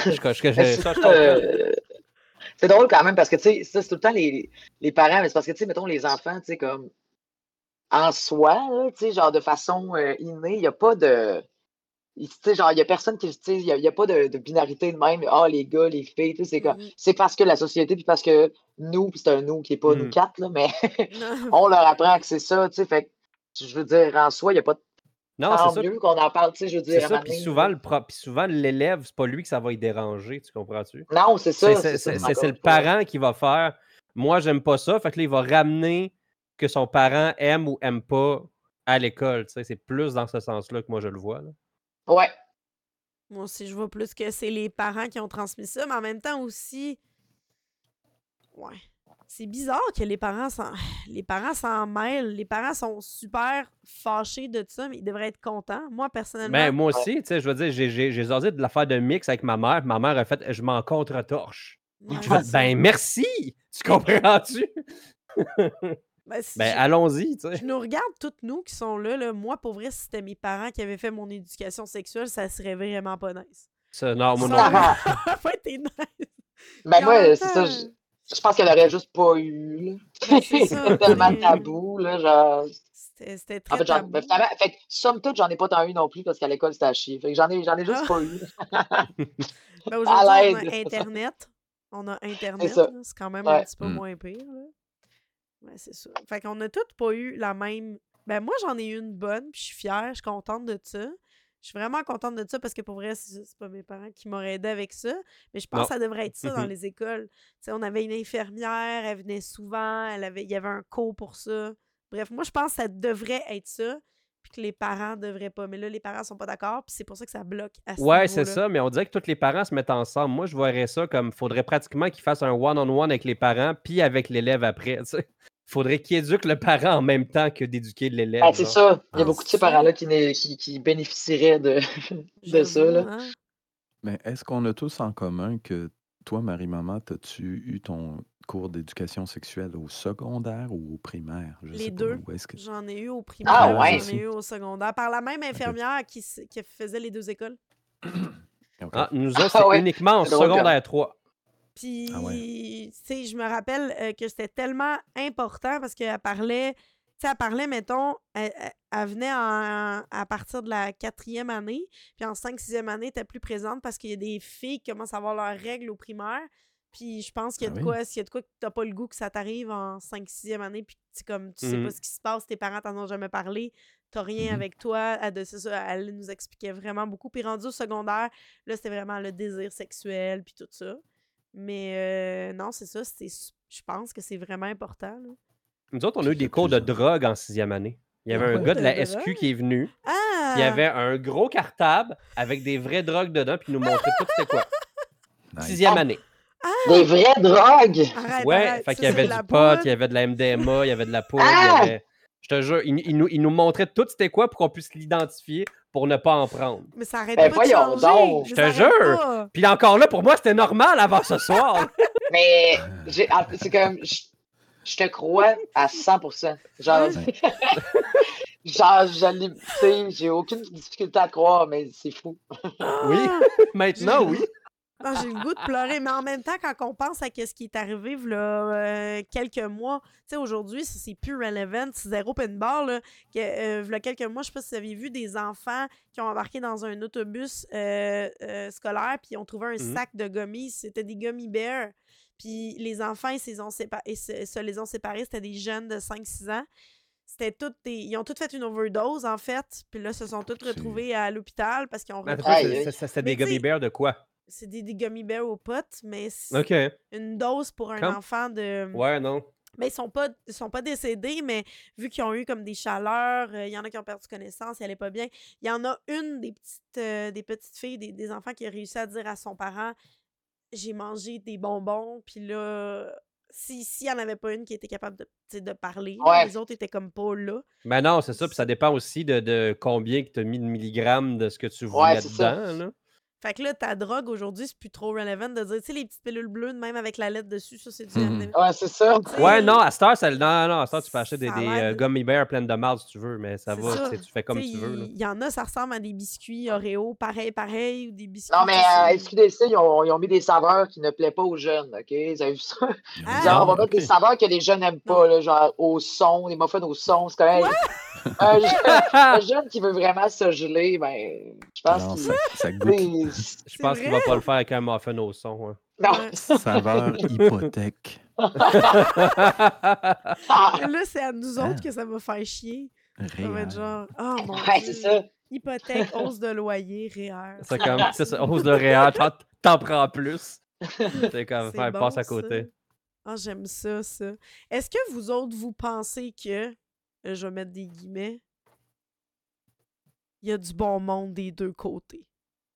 c'est drôle quand même parce que, tu sais, ça, c'est tout le temps les parents, mais c'est parce que, tu sais, mettons, les enfants, tu sais, comme en soi, tu sais, genre de façon innée, il n'y a pas de. Tu sais, genre, il n'y a personne qui. Tu sais, il n'y a pas de binarité de même. Ah, les gars, les filles, tu sais, c'est comme. C'est parce que la société, puis parce que nous, puis c'est un nous qui n'est pas nous quatre, là, mais on leur apprend que c'est ça, tu sais, fait que, je veux dire, en soi, il n'y a pas de. Non, Tant c'est mieux qu'on en parle, tu sais, je veux dire. C'est ça, puis souvent, l'élève, c'est pas lui que ça va y déranger, tu comprends-tu? Non, c'est ça. C'est le parent qui va faire « Moi, j'aime pas ça », fait que là, il va ramener que son parent aime ou aime pas à l'école, tu sais, c'est plus dans ce sens-là que moi, je le vois, là. Ouais. Moi aussi, je vois plus que c'est les parents qui ont transmis ça, mais en même temps aussi... Ouais. C'est bizarre que les parents s'en mêlent. Les parents sont super fâchés de ça, mais ils devraient être contents. Moi, personnellement... Ben, moi aussi, tu sais, je veux dire, j'ai osé de la faire de mix avec ma mère. Ma mère a fait « Je m'en contre-torche. Ouais, » Ben, merci! Tu comprends-tu? Ben, allons-y, tu sais. Je nous regarde toutes nous qui sont là. Moi, pour vrai, si c'était mes parents qui avaient fait mon éducation sexuelle, ça serait vraiment pas nice. Non, moi non. Ça aurait pas été nice. Ben, moi, c'est ça. Je pense qu'elle aurait juste pas eu. Ben, c'est ça. C'était tellement tabou, là, genre. C'était très en fait, tabou. Fait que, somme toute, j'en ai pas tant eu non plus parce qu'à l'école, c'était à chier. Fait que j'en ai juste pas eu. Ben, aujourd'hui, on a Internet. On a Internet. C'est quand même un petit peu moins pire, là. Ouais, c'est ça. Fait qu'on a toutes pas eu la même... Ben, moi, j'en ai eu une bonne, puis je suis fière, je suis contente de ça. Je suis vraiment contente de ça parce que pour vrai, c'est pas mes parents qui m'auraient aidé avec ça. Mais je pense que ça devrait être ça dans les écoles. T'sais, on avait une infirmière, elle venait souvent, il y avait un cours pour ça. Bref, moi, je pense que ça devrait être ça, puis que les parents devraient pas. Mais là, les parents sont pas d'accord, puis c'est pour ça que ça bloque à ce niveau-là. Ouais, c'est ça, mais on dirait que tous les parents se mettent ensemble. Moi, je verrais ça comme faudrait pratiquement qu'ils fassent un one-on-one avec les parents, puis avec l'élève après, tu sais. Faudrait qu'il éduque le parent en même temps que d'éduquer l'élève. Ben, c'est ça. Il y a beaucoup de ces parents-là qui bénéficieraient de ça. Là. Hein? Mais est-ce qu'on a tous en commun que toi, Marie-Maman, as-tu eu ton cours d'éducation sexuelle au secondaire ou au primaire? Les deux. Que... J'en ai eu au primaire, j'en ai eu au secondaire, par la même infirmière qui faisait les deux écoles. Nous autres, c'est uniquement en secondaire 3. Puis, tu sais, je me rappelle que c'était tellement important parce qu'elle parlait, mettons, elle venait à partir de la 4e année, puis en 5e année, elle était plus présente parce qu'il y a des filles qui commencent à avoir leurs règles au primaire. Puis je pense qu'il y a de quoi, s'il y a de quoi que t'as pas le goût que ça t'arrive en 5-6e année, puis comme tu sais pas ce qui se passe, tes parents t'en ont jamais parlé, t'as rien avec toi, c'est ça, elle nous expliquait vraiment beaucoup. Puis rendu au secondaire, là, c'était vraiment le désir sexuel, puis tout ça. Mais non, c'est ça, je pense que c'est vraiment important. Là. Nous autres, on a eu des cours de drogue en 6e année. Il y avait un gars de la SQ qui est venu. Il y avait un gros cartable avec des vraies drogues dedans, puis il nous montrait tout c'était quoi. 6e année. Des vraies drogues? Arrête, fait qu'il y avait du pot, il y avait de la MDMA, il y avait de la poudre, il y avait... Je te jure, il nous montrait tout c'était quoi pour qu'on puisse l'identifier pour ne pas en prendre. Mais ça arrête pas de changer. Donc. Je te jure! Puis encore là, pour moi, c'était normal avant ce soir. Mais c'est comme... Je te crois à 100%. Genre, j'ai aucune difficulté à te croire, mais c'est fou. Oui, maintenant, oui. Non, j'ai le goût de pleurer, mais en même temps, quand on pense à ce qui est arrivé là, quelques mois, tu sais, aujourd'hui, c'est plus relevant, c'est zéro pinball. Là, là, quelques mois, je sais pas si vous aviez vu des enfants qui ont embarqué dans un autobus scolaire, puis ils ont trouvé un sac de gummies. C'était des gummy bears. Puis les enfants, ils se les ont séparés. C'était des jeunes de 5-6 ans. Ils ont tous fait une overdose, en fait. Puis là, se sont tous retrouvés à l'hôpital parce qu'ils ont retrouvé... C'était des gummy bears de quoi? C'est des gummy bears aux potes, mais c'est une dose pour un enfant de... Ouais, non. Mais ils sont pas décédés, mais vu qu'ils ont eu comme des chaleurs, il y en a qui ont perdu connaissance, ils allaient pas bien. Il y en a une des petites filles, des enfants qui a réussi à dire à son parent « J'ai mangé des bonbons », puis là, s'il y en avait pas une qui était capable de parler, Ouais. les autres étaient comme pas là. Ben non, c'est ça, puis ça dépend aussi de combien que tu as mis de milligrammes de ce que tu voulais c'est ça. dedans, là. Fait que là, ta drogue, aujourd'hui, c'est plus trop relevant de dire, tu sais, les petites pilules bleues, même avec la lettre dessus, ça, c'est du MDMA. Ouais, c'est ça. Tu sais, Ouais, non, à cette heure, à cette heure, tu peux acheter Ça a des l'air de- gummy bears pleines de marde si tu veux, mais ça C'est va, ça. tu sais, tu fais comme Tu sais, tu veux, là. il y en a, ça ressemble à des biscuits Oreo, pareil, ou des biscuits... Non, mais tu sais, SQDC, ils ont mis des saveurs qui ne plaisent pas aux jeunes, OK? Vous avez vu ça? Ah! Genre, on va Non, mettre des ok. saveurs que les jeunes n'aiment pas, là, genre au son, des muffins au son, c'est correct. Un jeune qui veut vraiment se geler, ben, je pense Non, qu'il... ça goûte je pense qu'il va pas le faire avec un muffin au son. Hein. Non. Ouais. saveur hypothèque. Et là, c'est à nous autres que ça va faire chier. Ça va être genre, oh mon Ouais, Dieu. c'est ça. Hypothèque, hausse de loyer, REER. C'est comme, c'est ça, hausse de réel, t'en prends plus. C'est comme, C'est faire bon, passe à ça. côté. Ah, j'aime ça. Est-ce que vous autres, vous pensez que, je vais mettre des guillemets, il y a du bon monde des deux côtés?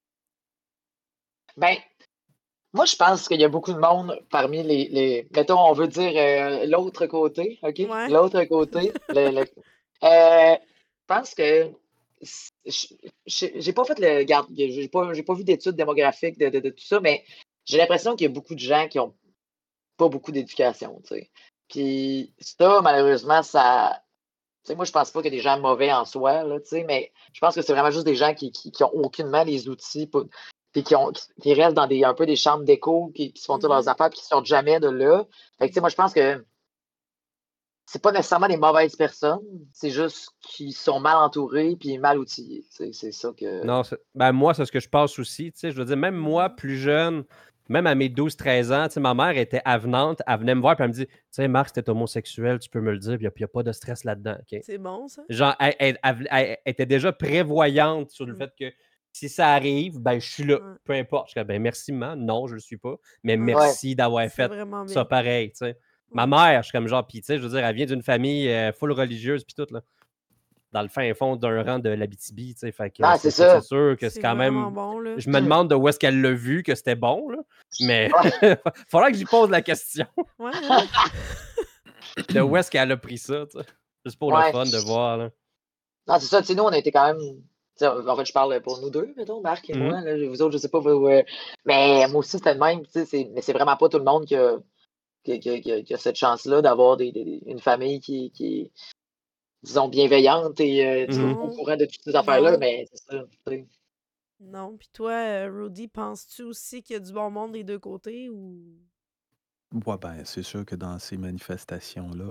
Ben, moi, je pense qu'il y a beaucoup de monde parmi mettons, on veut dire l'autre côté, OK? Ouais. L'autre côté. Je pense que j'ai pas fait le... Regarde, j'ai pas vu d'études démographiques de tout ça, mais j'ai l'impression qu'il y a beaucoup de gens qui ont pas beaucoup d'éducation, tu sais. Puis ça, malheureusement, ça... Tu sais, moi, je pense pas qu'il y a des gens mauvais en soi, là, tu sais, mais je pense que c'est vraiment juste des gens qui ont aucunement les outils, puis qui restent dans un peu des chambres d'écho, qui se font toutes leurs affaires, puis qui sortent jamais de là. Fait que, tu sais, moi, je pense que c'est pas nécessairement des mauvaises personnes, c'est juste qu'ils sont mal entourés puis mal outillés. C'est ça que... Non, ben moi, c'est ce que je pense aussi. Tu sais, je veux dire, même moi, plus jeune, même à mes 12-13 ans, tu sais, ma mère était avenante, elle venait me voir et elle me dit, tu sais, Marc, si t'es homosexuel, tu peux me le dire, puis il n'y a pas de stress là-dedans. OK? C'est bon, ça? Genre, elle était déjà prévoyante sur le fait que si ça arrive, ben je suis là, peu importe. Je dis, ben merci, man. Non, je le suis pas, mais merci d'avoir C'est fait vraiment bien. ça pareil, tu sais. Ma mère, je suis comme genre, puis tu sais, je veux dire, elle vient d'une famille full religieuse, puis tout, là. Dans le fin fond d'un rang de l'Abitibi, tu sais. Fait que c'est ça. c'est sûr que c'est quand vraiment même. bon, là. Je me demande de où est-ce qu'elle l'a vu, que c'était bon, là. Mais faudra que j'y pose la question. Ouais, hein? De où est-ce qu'elle a pris ça, tu sais. Juste pour le fun de voir, là. Non, c'est ça, tu sais, nous, on a été quand même... En fait, je parle pour nous deux, mettons, Marc et moi. Là, vous autres, je sais pas. Mais moi aussi, c'était le même. Mais c'est vraiment pas tout le monde qui a cette chance-là d'avoir une famille qui est, disons, bienveillante et au courant de toutes ces affaires-là. Mais c'est ça. T'sais. Non. Puis toi, Rudy, penses-tu aussi qu'il y a du bon monde des deux côtés ou... Ouais, ben, c'est sûr que dans ces manifestations-là,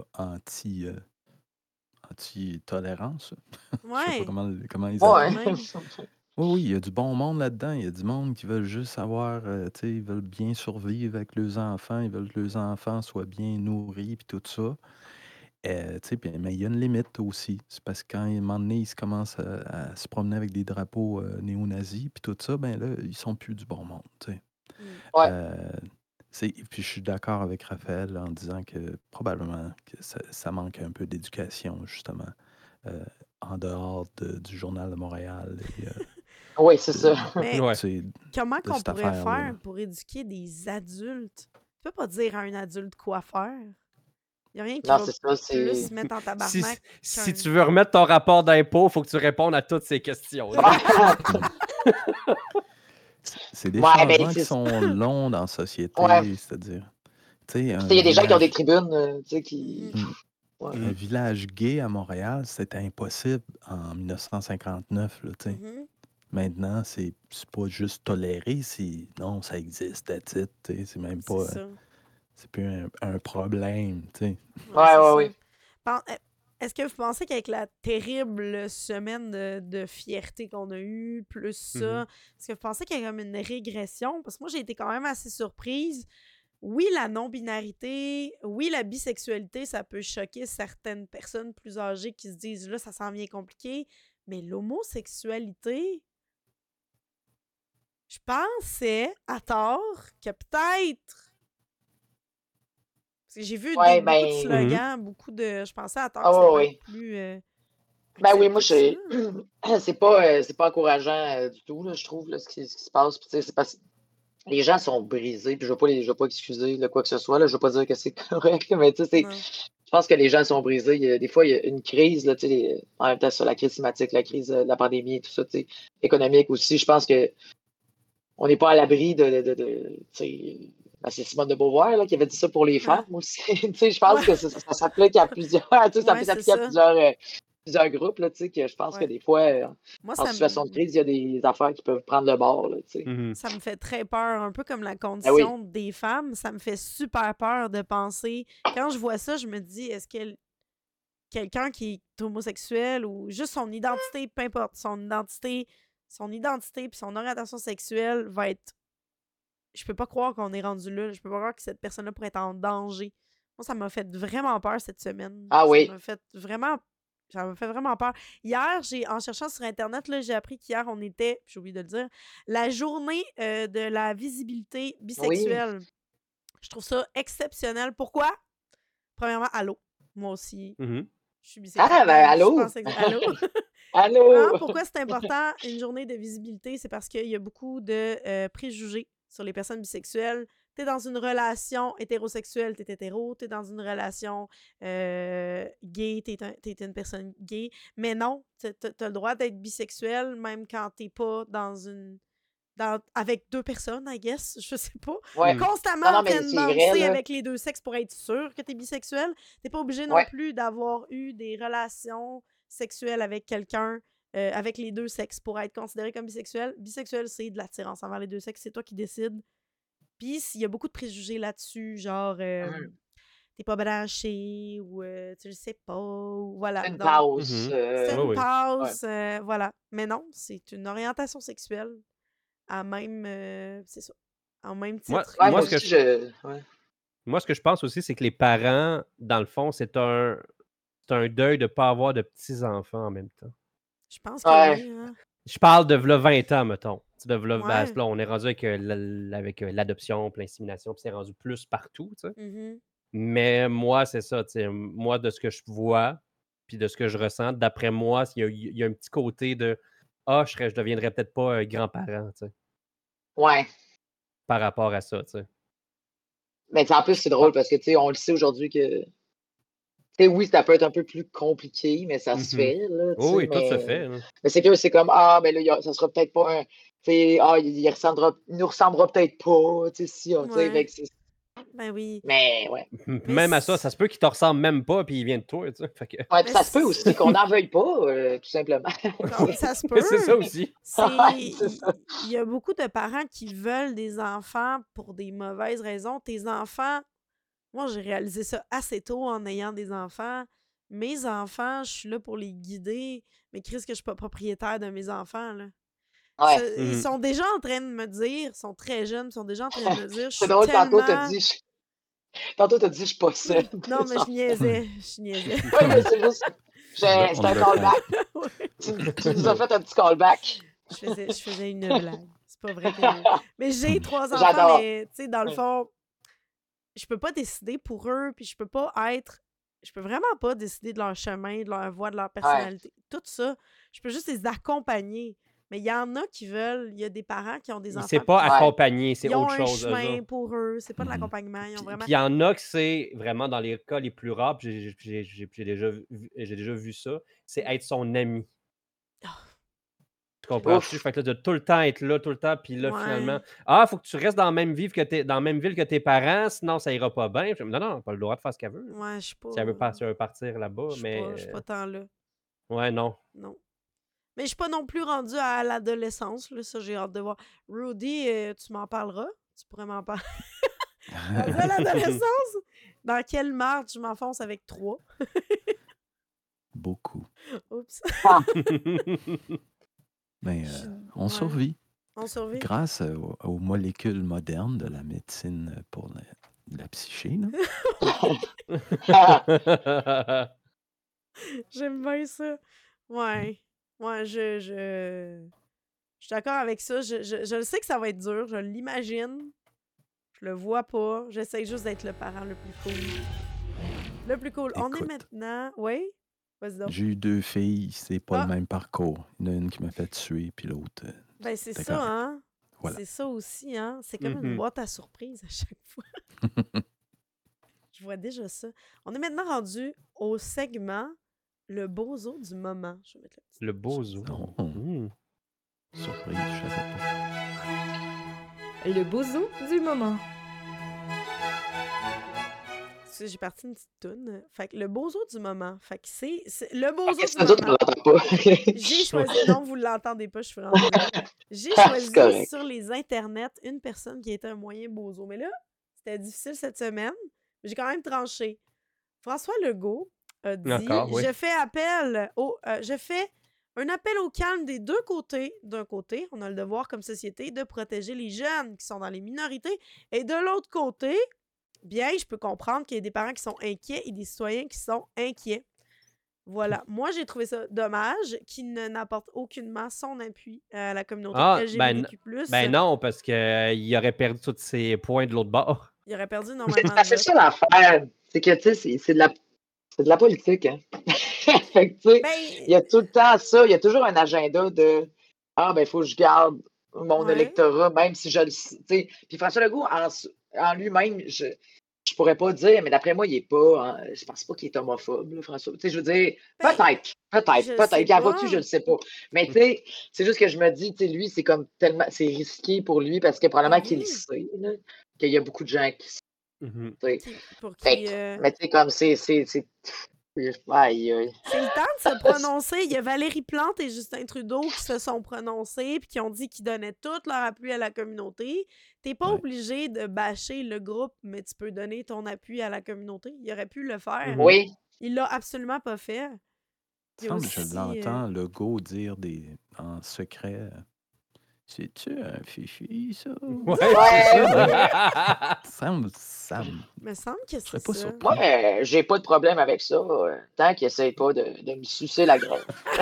anti-tolérance, je sais Ouais. pas comment ils Ouais. appellent. Oui, il y a du bon monde là-dedans. Il y a du monde qui veulent juste avoir, tu sais, ils veulent bien survivre avec leurs enfants, ils veulent que leurs enfants soient bien nourris, puis tout ça. Tu sais, mais il y a une limite aussi. C'est parce que quand, à un moment donné, ils commencent à se promener avec des drapeaux néo-nazis, puis tout ça, ben là, ils sont plus du bon monde, tu sais. Ouais. Puis je suis d'accord avec Raphaël en disant que probablement que ça manque un peu d'éducation, justement, en dehors du Journal de Montréal. Oui, c'est ça. Mais Ouais. comment de qu'on cette pourrait affaire-là. faire pour éduquer des adultes? Tu peux pas dire à un adulte quoi faire. Il n'y a rien qui Non, va c'est ça. plus C'est... se mettre en tabarnak. Si tu veux remettre ton rapport d'impôt, il faut que tu répondes à toutes ces questions. C'est des Ouais, ben, changements qui c'est- sont longs dans la société, Ouais. c'est-à-dire, tu sais, Il y a des gens qui ont des tribunes, tu sais, qui... Mhm. Ouais. un village gay à Montréal, c'était impossible en 1959, là, tu sais. Mhm. Maintenant, c'est pas juste toléré, non, ça existe, that's it, tu sais, c'est même pas, C'est ça. c'est plus un problème, tu sais. Ouais, c'est ouais. Est-ce que vous pensez qu'avec la terrible semaine de fierté qu'on a eue, plus ça, est-ce que vous pensez qu'il y a comme une régression? Parce que moi, j'ai été quand même assez surprise. Oui, la non-binarité, oui, la bisexualité, ça peut choquer certaines personnes plus âgées qui se disent « là, ça s'en vient compliqué », mais l'homosexualité, je pensais, à tort, que peut-être... Parce que j'ai vu beaucoup de slogans, beaucoup de... Je pensais à tort que ça peut être plus... Ben oui, moi, accepté que ça. c'est pas encourageant du tout, là, je trouve, là, ce qui se passe. Puis, tu sais, c'est parce les gens sont brisés, puis je veux pas excuser quoi que ce soit, là, je veux pas dire que c'est correct, mais tu sais, je pense que les gens sont brisés. Des fois, il y a une crise, là, en même temps, sur la crise climatique, la crise de la pandémie, tout ça, économique aussi. Je pense que on n'est pas à l'abri de c'est Simone de Beauvoir là, qui avait dit ça pour les femmes aussi. Je pense que ça s'applique à plusieurs, ça peut s'appliquer à plusieurs groupes, là, que je pense que des fois, en situation de crise, il y a des affaires qui peuvent prendre le bord. Là, Ça me fait très peur, un peu comme la condition des femmes. Ça me fait super peur de penser. Quand je vois ça, je me dis, est-ce que quelqu'un qui est homosexuel ou juste son identité, peu importe, son identité puis son orientation sexuelle va être... Je peux pas croire qu'on est rendu là. Je peux pas croire que cette personne-là pourrait être en danger. Moi, ça m'a fait vraiment peur cette semaine. Ah oui. Ça m'a fait vraiment peur. Hier, en cherchant sur Internet, là, j'ai appris qu'hier, on était, j'ai oublié de le dire, la journée de la visibilité bisexuelle. Oui. Je trouve ça exceptionnel. Pourquoi? Premièrement, allô. Moi aussi. Je suis bisexuelle. Ah, ben allô. Allô. Allô. Pourquoi c'est important, une journée de visibilité? C'est parce qu'il y a beaucoup de préjugés sur les personnes bisexuelles. T'es dans une relation hétérosexuelle, t'es hétéro. T'es dans une relation gay, t'es une personne gay. Mais non, t'as le droit d'être bisexuel même quand t'es pas avec deux personnes, I guess, je sais pas. Ouais. Constamment en train de danser avec les deux sexes pour être sûr que t'es bisexuel. T'es pas obligé non plus d'avoir eu des relations sexuelles avec quelqu'un avec les deux sexes pour être considéré comme bisexuel. Bisexuel, c'est de l'attirance envers les deux sexes, c'est toi qui décides. Puis il y a beaucoup de préjugés là-dessus, genre t'es pas branché ou tu le sais pas, ou voilà. C'est une pause. C'est une pause, voilà. Mais non, c'est une orientation sexuelle à même, c'est ça, en même titre. Moi, ce que je pense aussi, c'est que les parents, dans le fond, c'est un deuil de ne pas avoir de petits-enfants en même temps. Je pense que oui. Hein? Je parle de 20 ans, mettons. Là, on est rendu avec l'adoption, l'insémination, puis c'est rendu plus partout. Mais moi, c'est ça. Moi, de ce que je vois, puis de ce que je ressens, d'après moi, il y a un petit côté de « Ah, je deviendrais peut-être pas grand-parent. » Ouais. Par rapport à ça, tu sais. Mais en plus, c'est drôle parce que, on le sait aujourd'hui que oui, ça peut être un peu plus compliqué, mais ça se fait. Là, oui, tout se fait. Là. Mais c'est que c'est comme mais là, ça sera peut-être pas un. Il nous ressemblera peut-être pas. Ben oui. Mais ouais. Même à ça se peut qu'il te ressemble même pas puis il vient de toi. Tu sais, fait que... ça se peut aussi qu'on n'en veuille pas, tout simplement. Ça se peut. C'est ça aussi. Il y a beaucoup de parents qui veulent des enfants pour des mauvaises raisons. Tes enfants. Moi, j'ai réalisé ça assez tôt en ayant des enfants. Mes enfants, je suis là pour les guider, mais Chris, que je suis pas propriétaire de mes enfants, là. Ouais. Ils sont déjà en train de me dire, ils sont très jeunes, ils sont déjà en train de me dire, je suis drôle, tellement... Tantôt, t'as dit, je suis pas seule. Non, mais je niaisais. Oui, mais c'est juste... C'est un callback. Tu nous as fait un petit callback. Je faisais une blague. C'est pas vrai que... Mais j'ai 3 enfants, mais tu sais, dans le fond... Je peux pas décider pour eux, puis je peux vraiment pas décider de leur chemin, de leur voie, de leur personnalité. Tout ça, je peux juste les accompagner. Mais il y en a qui veulent, il y a des parents qui ont des enfants. C'est pas accompagner, c'est autre chose. Ils ont un chemin pour eux, c'est pas de l'accompagnement. Ils ont vraiment... Puis il y en a que c'est vraiment dans les cas les plus rares, j'ai déjà vu ça, c'est être son ami. Tu comprends-tu? Fait que là, de tout le temps être là, tout le temps, puis là, finalement, faut que tu restes dans la même ville que tes parents, sinon ça ira pas bien. Non, pas le droit de faire ce qu'elle veut. Ouais, je sais pas. Si elle veut partir là-bas, mais... Je suis pas tant là. Ouais, non. Non. Mais je suis pas non plus rendue à l'adolescence, là, ça, j'ai hâte de voir. Rudy, tu m'en parleras? Tu pourrais m'en parler? À l'adolescence? Dans quelle marge je m'enfonce avec 3? Beaucoup. Oups. Mais on survit. On survit. Grâce aux molécules modernes de la médecine pour la psyché. J'aime bien ça. Ouais. Ouais, je suis d'accord avec ça. Je le sais que ça va être dur. Je l'imagine. Je le vois pas. J'essaie juste d'être le parent le plus cool. Le plus cool. Écoute, on est maintenant... Oui? Vas-y donc. J'ai eu 2 filles, c'est pas le même parcours. Il y en a une qui m'a fait tuer, puis l'autre... Ben, c'est ça, hein? Voilà. C'est ça aussi, hein? C'est comme une Mhm. boîte à surprise à chaque fois. Je vois déjà ça. On est maintenant rendu au segment Le bozo du moment. Je vais mettre le petit Le bozo. Oh, Hmm. surprise, je savais pas. Le bozo du moment. Tu sais, j'ai parti une petite toune. Fait que le bozo du moment. Fait que c'est le bozo Qu'est-ce du que ça, on moment. l'entend pas? J'ai choisi. Non, vous l'entendez pas, je suis vraiment désolée. J'ai C'est choisi correct. sur les internets une personne qui était un moyen bozo. Mais là, c'était difficile cette semaine. Mais j'ai quand même tranché. François Legault a dit Encore, oui. je fais un appel au calme des deux côtés. D'un côté, on a le devoir comme société de protéger les jeunes qui sont dans les minorités. Et de l'autre côté, bien, je peux comprendre qu'il y ait des parents qui sont inquiets et des citoyens qui sont inquiets. Voilà. Moi, j'ai trouvé ça dommage qu'il n'apporte aucunement son appui à la communauté LGBTQ+. Ben non, parce qu'il aurait perdu tous ses points de l'autre bord. Il aurait perdu énormément de C'est votes. ça l'affaire. C'est que, tu sais, c'est de la politique, hein. Fait que, tu sais, il y Ben, a tout le temps ça. Il y a toujours un agenda de ah, ben, il faut que je garde mon ouais. électorat, même si je le sais. Tu sais. Puis François Legault, en lui-même, je pourrais pas dire, mais d'après moi, il est pas. Je pense pas qu'il est homophobe, là, François. Tu sais, je veux dire, Ben, je le sais peut-être. Qu'à vois-tu, pas. je le sais pas. Mais tu sais, c'est juste que je me dis, tu sais, lui, c'est comme tellement. C'est risqué pour lui parce que probablement qu'il le Mhm. sait, là, qu'il y a beaucoup de gens qui. Mhm. Tu sais. Pour Fait qui. que, mais tu sais, comme c'est. Aïe, aïe. C'est le temps de se prononcer. Il y a Valérie Plante et Justin Trudeau qui se sont prononcés puis qui ont dit qu'ils donnaient tout leur appui à la communauté. T'es pas Ouais. obligé de bâcher le groupe, mais tu peux donner ton appui à la communauté. Il aurait pu le faire. Mhm. Oui. Il l'a absolument pas fait. Il y a Il semble que je aussi, l'entends, Legault dire en secret c'est-tu un fifi, ça? Ouais, Ouais, c'est ouais. ça. Ça me il me semble que serais c'est pas ça. surpris. Moi, j'ai pas de problème avec ça, tant qu'il essaye pas de me sucer la graine.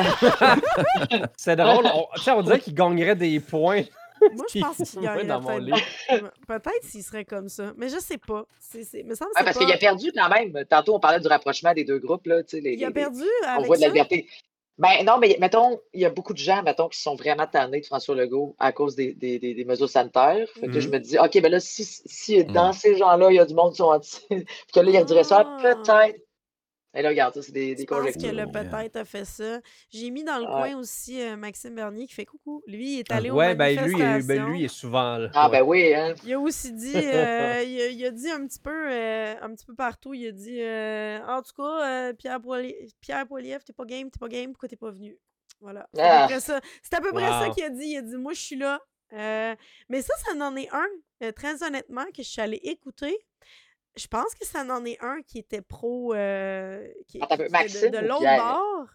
C'est drôle. On dirait qu'il gagnerait des points. Moi, je pense qu'il Moi, gagnerait dans mon peut-être. livre. Peut-être s'il serait comme ça. Mais je sais pas. Il me semble que Ouais, c'est parce qu'il a pas. perdu quand même. Tantôt, on parlait du rapprochement des deux groupes, là, tu sais, Il a perdu on avec voit de la ça? liberté. Ben non, mais mettons, il y a beaucoup de gens, mettons, qui sont vraiment tannés de François Legault à cause des mesures sanitaires. Fait que là, je me dis, OK, ben là, si dans ces gens-là, il y a du monde qui sont anti, puis que là, il redirait ça, Ah! peut-être. Et là, regarde, ça, c'est des Je pense que conjectures. le Oh, yeah. peut-être a fait ça. J'ai mis dans le Ouais. coin aussi Maxime Bernier qui fait coucou. Lui, il est Ah. allé aux Ouais, ben manifestations. lui, il est souvent là. Ah, Ouais. ben oui, hein. Il a aussi dit, il a dit un petit peu partout, il a dit, en tout cas, Pierre Poilievre, t'es pas game, pourquoi t'es pas venu? Voilà, c'est à peu Ah. près ça. C'est à peu près ça Wow. qu'il a dit. Il a dit, moi, je suis là. Mais ça en est un, très honnêtement, que je suis allée écouter. Je pense que ça en est un qui était pro, qui Attends un peu, était Maxime de ou l'autre Pierre? bord.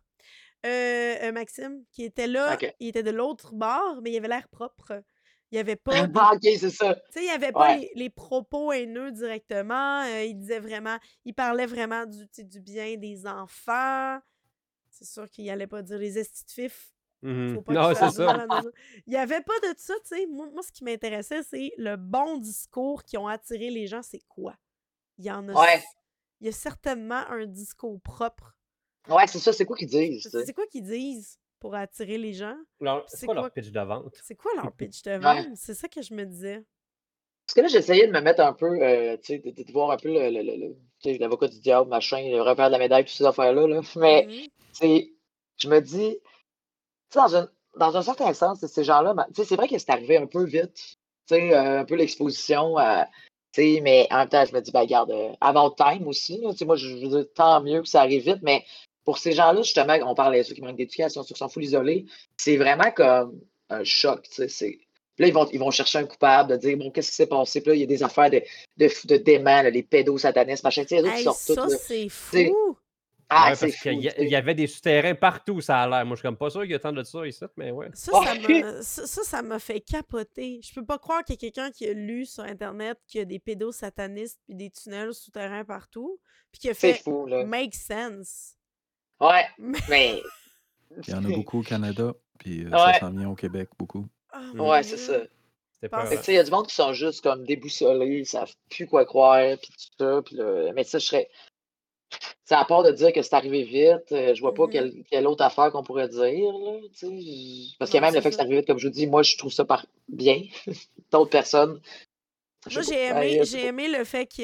Maxime, qui était là, OK. il était de l'autre bord, mais il avait l'air propre. Il n'y avait pas Ah, OK, c'est ça. tu sais, il n'y avait pas Ouais. les propos haineux directement. Il disait vraiment, il parlait vraiment du bien des enfants. C'est sûr qu'il n'allait pas dire les estis de fif. Mhm. Faut pas Non, qu'ils c'est fassent du mal ça. à nos- Il n'y avait pas de ça, tu sais. Moi, ce qui m'intéressait, c'est le bon discours qui ont attiré les gens, c'est quoi? Il y en a. Ouais. Il y a certainement un discours propre. Ouais, c'est ça, c'est quoi qu'ils disent, tu sais. C'est quoi qu'ils disent pour attirer les gens? C'est C'est quoi quoi? leur pitch de vente? C'est quoi leur pitch de Ouais. vente? C'est ça que je me disais. Parce que là, j'essayais de me mettre un peu, tu sais, de voir un peu tu sais, l'avocat du diable, machin, le revers de la médaille, toutes ces affaires-là, là. Mais, je me dis, tu sais, dans un certain sens, ces gens-là, tu sais, c'est vrai que c'est arrivé un peu vite, tu sais, un peu l'exposition, tu sais, mais en même temps, je me dis, ben, regarde, avant time aussi, là, tu sais, moi, je veux dire, tant mieux que ça arrive vite, mais pour ces gens-là, justement, on parlait de ceux qui manquent d'éducation, ceux qui sont full isolés, c'est vraiment comme un choc, tu sais, Puis là, ils vont chercher un coupable, de dire, bon, qu'est-ce qui s'est passé? Puis là, il y a des affaires de déments, là, les pédosatanistes, machin, tu sais, les autres qui Hey, sortent ça, toutes, là. c'est Tu sais, fou! ah, Ouais, c'est parce fou, qu'il tu sais. y avait des souterrains partout, ça a l'air. Moi, je suis comme pas sûr qu'il y a tant de ça ici, mais ouais. Ça m'a fait capoter. Je peux pas croire qu'il y a quelqu'un qui a lu sur Internet qu'il y a des pédosatanistes puis des tunnels souterrains partout, puis qui a C'est fait fou, là. make sense. Ouais, Mais- mais. Il y en a beaucoup au Canada, puis Ouais. ça s'en vient au Québec beaucoup. Oh, Mm. mon Ouais, c'est Dieu. ça. C'était Parce- pas. Fait que, tu sais, il y a du monde qui sont juste comme déboussolés, ils savent plus quoi croire, puis tout ça, puis là, mais ça, je serais. Tu à part de dire que c'est arrivé vite, je vois pas Mhm. quelle autre affaire qu'on pourrait dire, là, tu sais. Parce qu'il y a Non, même le c'est fait que c'est ça. arrivé vite, comme je vous dis, moi, je trouve ça bien. D'autres personnes, je Moi, sais pas. Je sais j'ai pas. aimé le fait que,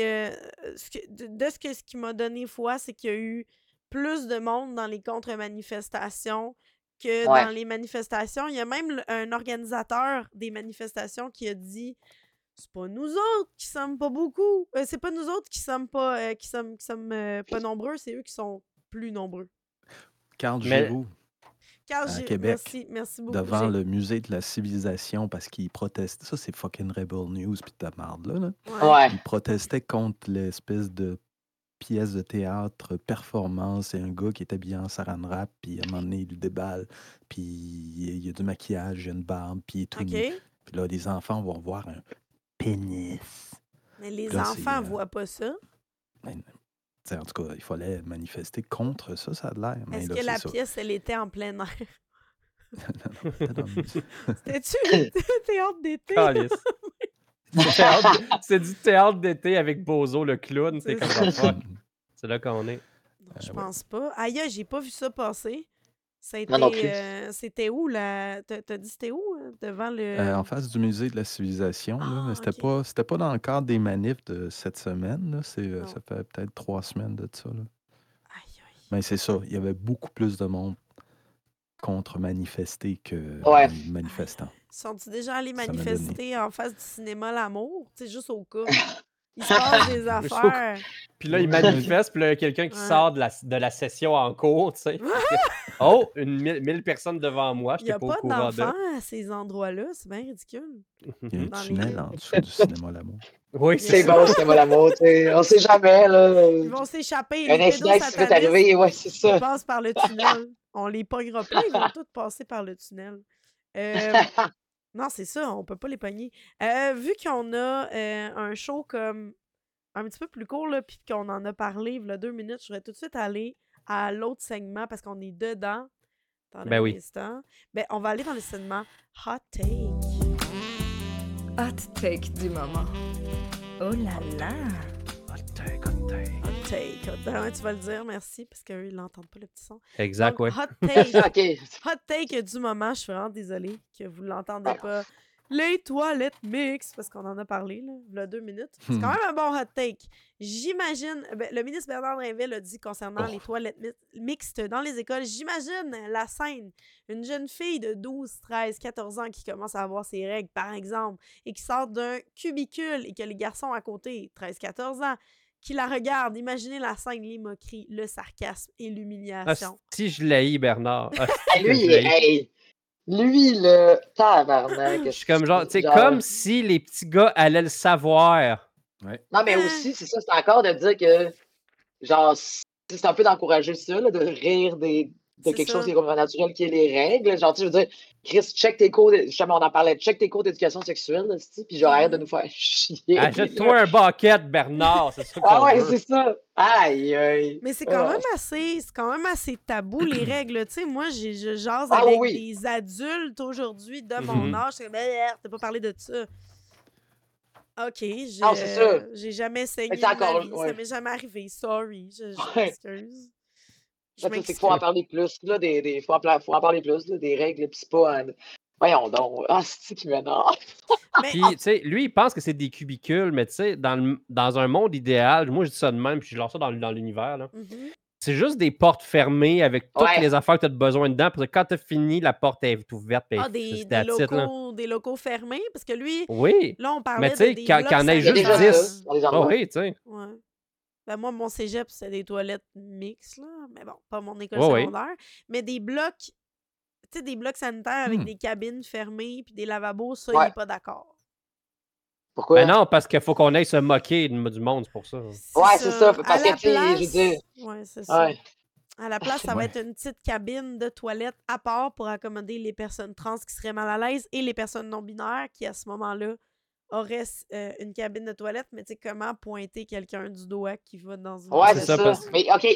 ce qui m'a donné foi, c'est qu'il y a eu plus de monde dans les contre-manifestations que Ouais. dans les manifestations. Il y a même un organisateur des manifestations qui a dit c'est pas nous autres qui sommes pas beaucoup. C'est pas nous autres qui sommes pas pas nombreux, c'est eux qui sont plus nombreux. Carl Mais Giroux, Carl, à Québec, merci beaucoup. devant le musée de la civilisation, parce qu'il protestait. Ça, c'est fucking Rebel News, puis ta marde, là. Ouais. Ouais. Il protestait contre l'espèce de pièce de théâtre, performance, et un gars qui est habillé en saran wrap, puis à un moment donné, il le déballe, puis il y a du maquillage, il y a une barbe, puis il est tout nu. OK. Puis là, les enfants vont voir un pénis. Mais les Là, enfants voient pas ça. Ben, en tout cas, il fallait manifester contre ça, ça a l'air. Mais Est-ce là, que la c'est ça. pièce, elle était en plein air? C'était dans le musée. C'était-tu le théâtre d'été? Calice. C'est du théâtre d'été avec Bozo le clown. C'est C'est comme ça. ça. Fuck. C'est là qu'on est. Non, je ouais. pense pas. Aïe, j'ai pas vu ça passer. Ça a Moi non été, plus. c'était où, là? T'as dit c'était où? Devant le... En face du musée de la civilisation, là, mais Ah, c'était pas dans le cadre des manifs de cette semaine. Là, Non. ça fait peut-être 3 semaines de ça. Là. Aïe, aïe. Mais c'est ça, il y avait beaucoup plus de monde contre-manifesté que Ouais. les manifestants. Sont-ils déjà allés Ça m'a donné. manifester en face du cinéma L'Amour? Tu sais, juste au cas. Il se passe des affaires. Puis là, il Ouais. manifeste, puis là, il y a quelqu'un qui Ouais. sort de la session en cours, tu sais. Oh, 1000 personnes devant moi, Il n'y j'étais a pas au pas courant d'enfants d'eux. à ces endroits-là. C'est bien ridicule. Il y a un Dans les- tunnel en dessous du cinéma L'Amour. Oui, C'est c'est ça. bon, c'est moi l'amour, tu sais. On sait jamais, là. Ils vont s'échapper. Un Les incident qui s'est fait pédosatanistes, arriver, ouais, c'est ils ça. passent par le tunnel. On les pognera pas, ils vont tous passer par le tunnel. Non, c'est ça, on peut pas les pogner. Vu qu'on a un show comme un petit peu plus court, là, puis qu'on en a parlé il y a 2 minutes, je voudrais tout de suite aller à l'autre segment parce qu'on est dedans. Attendez Ben un oui. instant. Ben, on va aller dans le segment Hot Take. Hot take du moment. Oh là là! Hot Take. Ben, tu vas le dire, merci, parce qu'eux, ils l'entendent pas, le petit son. Exact, Donc, ouais. Hot Take. OK. Hot take du moment, je suis vraiment désolée que vous ne l'entendez Ouais. pas. Les toilettes mixtes, parce qu'on en a parlé, là, il y a 2 minutes. C'est quand même un bon hot take. J'imagine, le ministre Bernard Drinville a dit concernant les toilettes mixtes dans les écoles, j'imagine la scène, une jeune fille de 12, 13, 14 ans qui commence à avoir ses règles, par exemple, et qui sort d'un cubicule et que les garçons à côté, 13, 14 ans, qui la regardent. Imaginez la scène, les moqueries, le sarcasme et l'humiliation. Si je l'haïs, Bernard. Hey, lui, le tabarnak. Je suis comme genre, tu sais, Genre- comme si les petits gars allaient le savoir. Non, mais aussi, c'est ça, c'est encore de dire que, genre, c'est un peu d'encourager ça, là, de rire de C'est quelque ça. chose qui est complètement naturel, qui est les règles. Genre, tu sais, je veux dire, Chris, check tes cours, justement, on en parlait, check tes cours d'éducation sexuelle, là, puis genre, arrête de nous faire chier. Achète-toi un bucket, Bernard, c'est ça qu'on Ah ouais, veut. c'est ça. Aïe, aïe. Mais c'est quand même assez tabou, les règles. Tu sais, moi, je jase Ah avec oui. des adultes aujourd'hui de mon Mhm. âge. C'est comme, t'as pas parlé de ça. OK, Non, c'est ça. j'ai jamais saigné Mais de c'est ma encore- vie. ouais. Ça m'est jamais arrivé. Sorry. Je Ouais. m'excuse. Je C'est m'excuse. qu'il faut en parler plus, là, faut en parler plus, là, des règles, puis c'est pas... Voyons donc. Ah, c'est qui m'énerve. Mais Puis, tu sais, lui, il pense que c'est des cubicules, mais tu sais, dans un monde idéal, moi, je dis ça de même, puis je lance ça dans l'univers, là. mhm. C'est juste des portes fermées avec toutes Ouais. les affaires que tu as besoin dedans. Parce que quand tu as fini, la porte est ouverte. Puis Des locaux fermés, parce que lui, Oui. là, on parlait Mais tu sais, de des qu'il y blocs en ait Il y a juste déjà sanitaires. 10. ça, dans les Ah endroits. oui, tu sais. Ouais. Ben moi, mon cégep, c'est des toilettes mixtes, là. Mais bon, pas mon école Ouais, oui. secondaire. Mais des blocs, tu sais, des blocs sanitaires avec Hmm. des cabines fermées puis des lavabos, ça, Ouais. il est pas d'accord. Pourquoi? Ben non, parce qu'il faut qu'on aille se moquer du monde, c'est pour ça. Ouais, c'est ça, À parce la que, tu sais, je veux place... dire- Ouais, c'est ça. Ouais. À la place, ça va Ouais. être une petite cabine de toilette à part pour accommoder les personnes trans qui seraient mal à l'aise et les personnes non-binaires qui, à ce moment-là, auraient une cabine de toilette. Mais tu sais, comment pointer quelqu'un du doigt qui va dans une Ouais, C'est c'est ça, ça. parce- Mais, OK.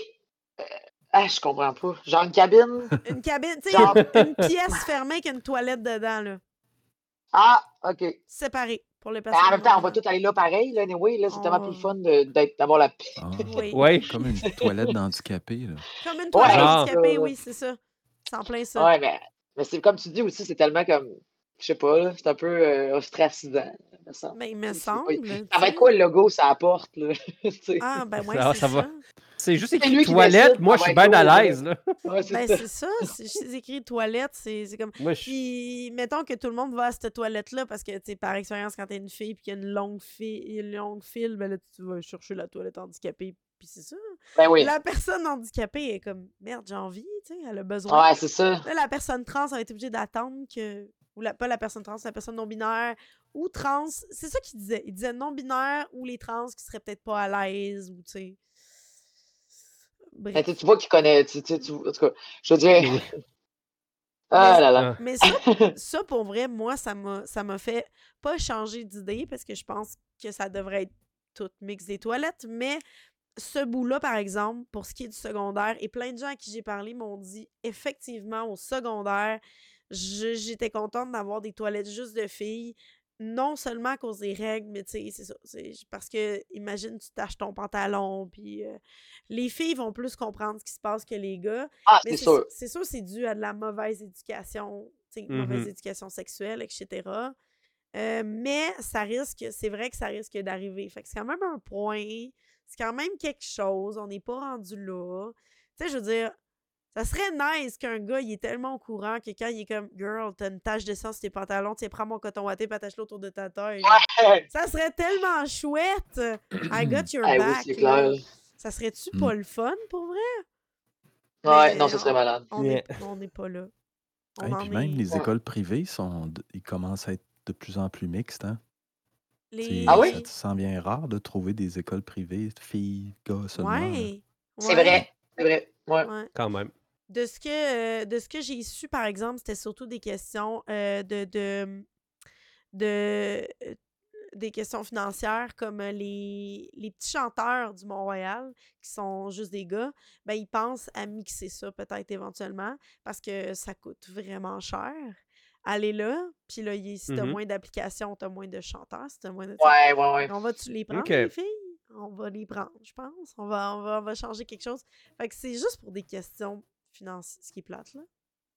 Je comprends pas. Genre une cabine? Une cabine, tu sais, Genre- une pièce fermée avec une toilette dedans, là. Ah, OK. Séparée. pour les Ben, personnes en même temps, on va non-binaires. tous aller là pareil. Là, anyway, là, c'est tellement plus On... fun d'avoir la paix. Ah, Oui. Oui. comme une toilette d'handicapé, là. Comme une Ouais, toilette Genre. handicapée, ça. oui, c'est ça. C'est en plein ça. Ouais, mais c'est comme tu dis aussi, c'est tellement comme, je sais pas, là, c'est un peu ostracisant, me semble. Ben, il me C'est pas- semble, Ça tu va être sais. quoi le logo, ça apporte, là? Tu sais. Ah, ben ouais, Ça c'est va. ça. C'est juste C'est écrit lui qui toilette, décide, moi ça je va suis être bien à lourd, là. l'aise, là. Ouais, c'est Ben, ça. c'est ça. C'est écrit toilette, c'est comme... Moi, je... Puis, mettons que tout le monde va à cette toilette-là parce que, tu sais, par expérience, quand t'es une fille puis qu'il y a une longue file, ben là, tu vas chercher la toilette handicapée. Puis c'est ça. Ben oui. La personne handicapée est comme, merde, j'ai envie, tu sais, elle a besoin. Ouais, c'est ça. Là, la personne trans va être obligée d'attendre que... Ou pas la personne trans, la personne non-binaire ou trans. C'est ça qu'il disait. Il disait non-binaire ou les trans qui seraient peut-être pas à l'aise ou, tu sais... Ben, Bref. tu vois qu'il connaît, en tout cas, je veux dire, Oui. ah là là. Ah. Mais ça, pour vrai, moi, ça m'a fait pas changer d'idée parce que je pense que ça devrait être tout mix des toilettes, mais ce bout-là, par exemple, pour ce qui est du secondaire, et plein de gens à qui j'ai parlé m'ont dit, effectivement, au secondaire, j'étais contente d'avoir des toilettes juste de filles, non seulement à cause des règles, mais tu sais, c'est ça. Parce que, imagine, tu tâches ton pantalon, puis les filles vont plus comprendre ce qui se passe que les gars. Ah, Mais c'est sûr. c'est sûr, c'est dû à de la mauvaise éducation, tu sais, mauvaise éducation sexuelle, etc. Mais ça risque, c'est vrai que ça risque d'arriver. Fait que c'est quand même un point, c'est quand même quelque chose, on n'est pas rendu là. Tu sais, je veux dire, ça serait nice qu'un gars, il est tellement au courant que quand il est comme, girl, t'as une tache de sang sur tes pantalons, tu sais, prends mon coton watté, attache-le autour de ta taille. Ouais. Ça serait tellement chouette! I got your Ah oui, back, c'est là. clair. Ça serait-tu pas le fun, pour vrai? Ouais, Mais non, ça serait malade. On n'est pas là. Hey, puis même les écoles privées ils commencent à être de plus en plus mixtes, hein? Ah oui? Ça sent bien rare de trouver des écoles privées, filles, gars seulement. Là. Ouais. C'est vrai, c'est vrai. Ouais. Quand même. De ce que j'ai su, par exemple, c'était surtout des questions des questions financières, comme les petits chanteurs du Mont-Royal, qui sont juste des gars, ben ils pensent à mixer ça peut-être éventuellement, parce que ça coûte vraiment cher. Aller là, puis là, si t'as moins d'applications, t'as moins de chanteurs, si t'as moins de... Ouais. On va-tu les prendre, les filles? On va les prendre, je pense. On va changer quelque chose. Fait que c'est juste pour des questions financières, ce qui est plate, là.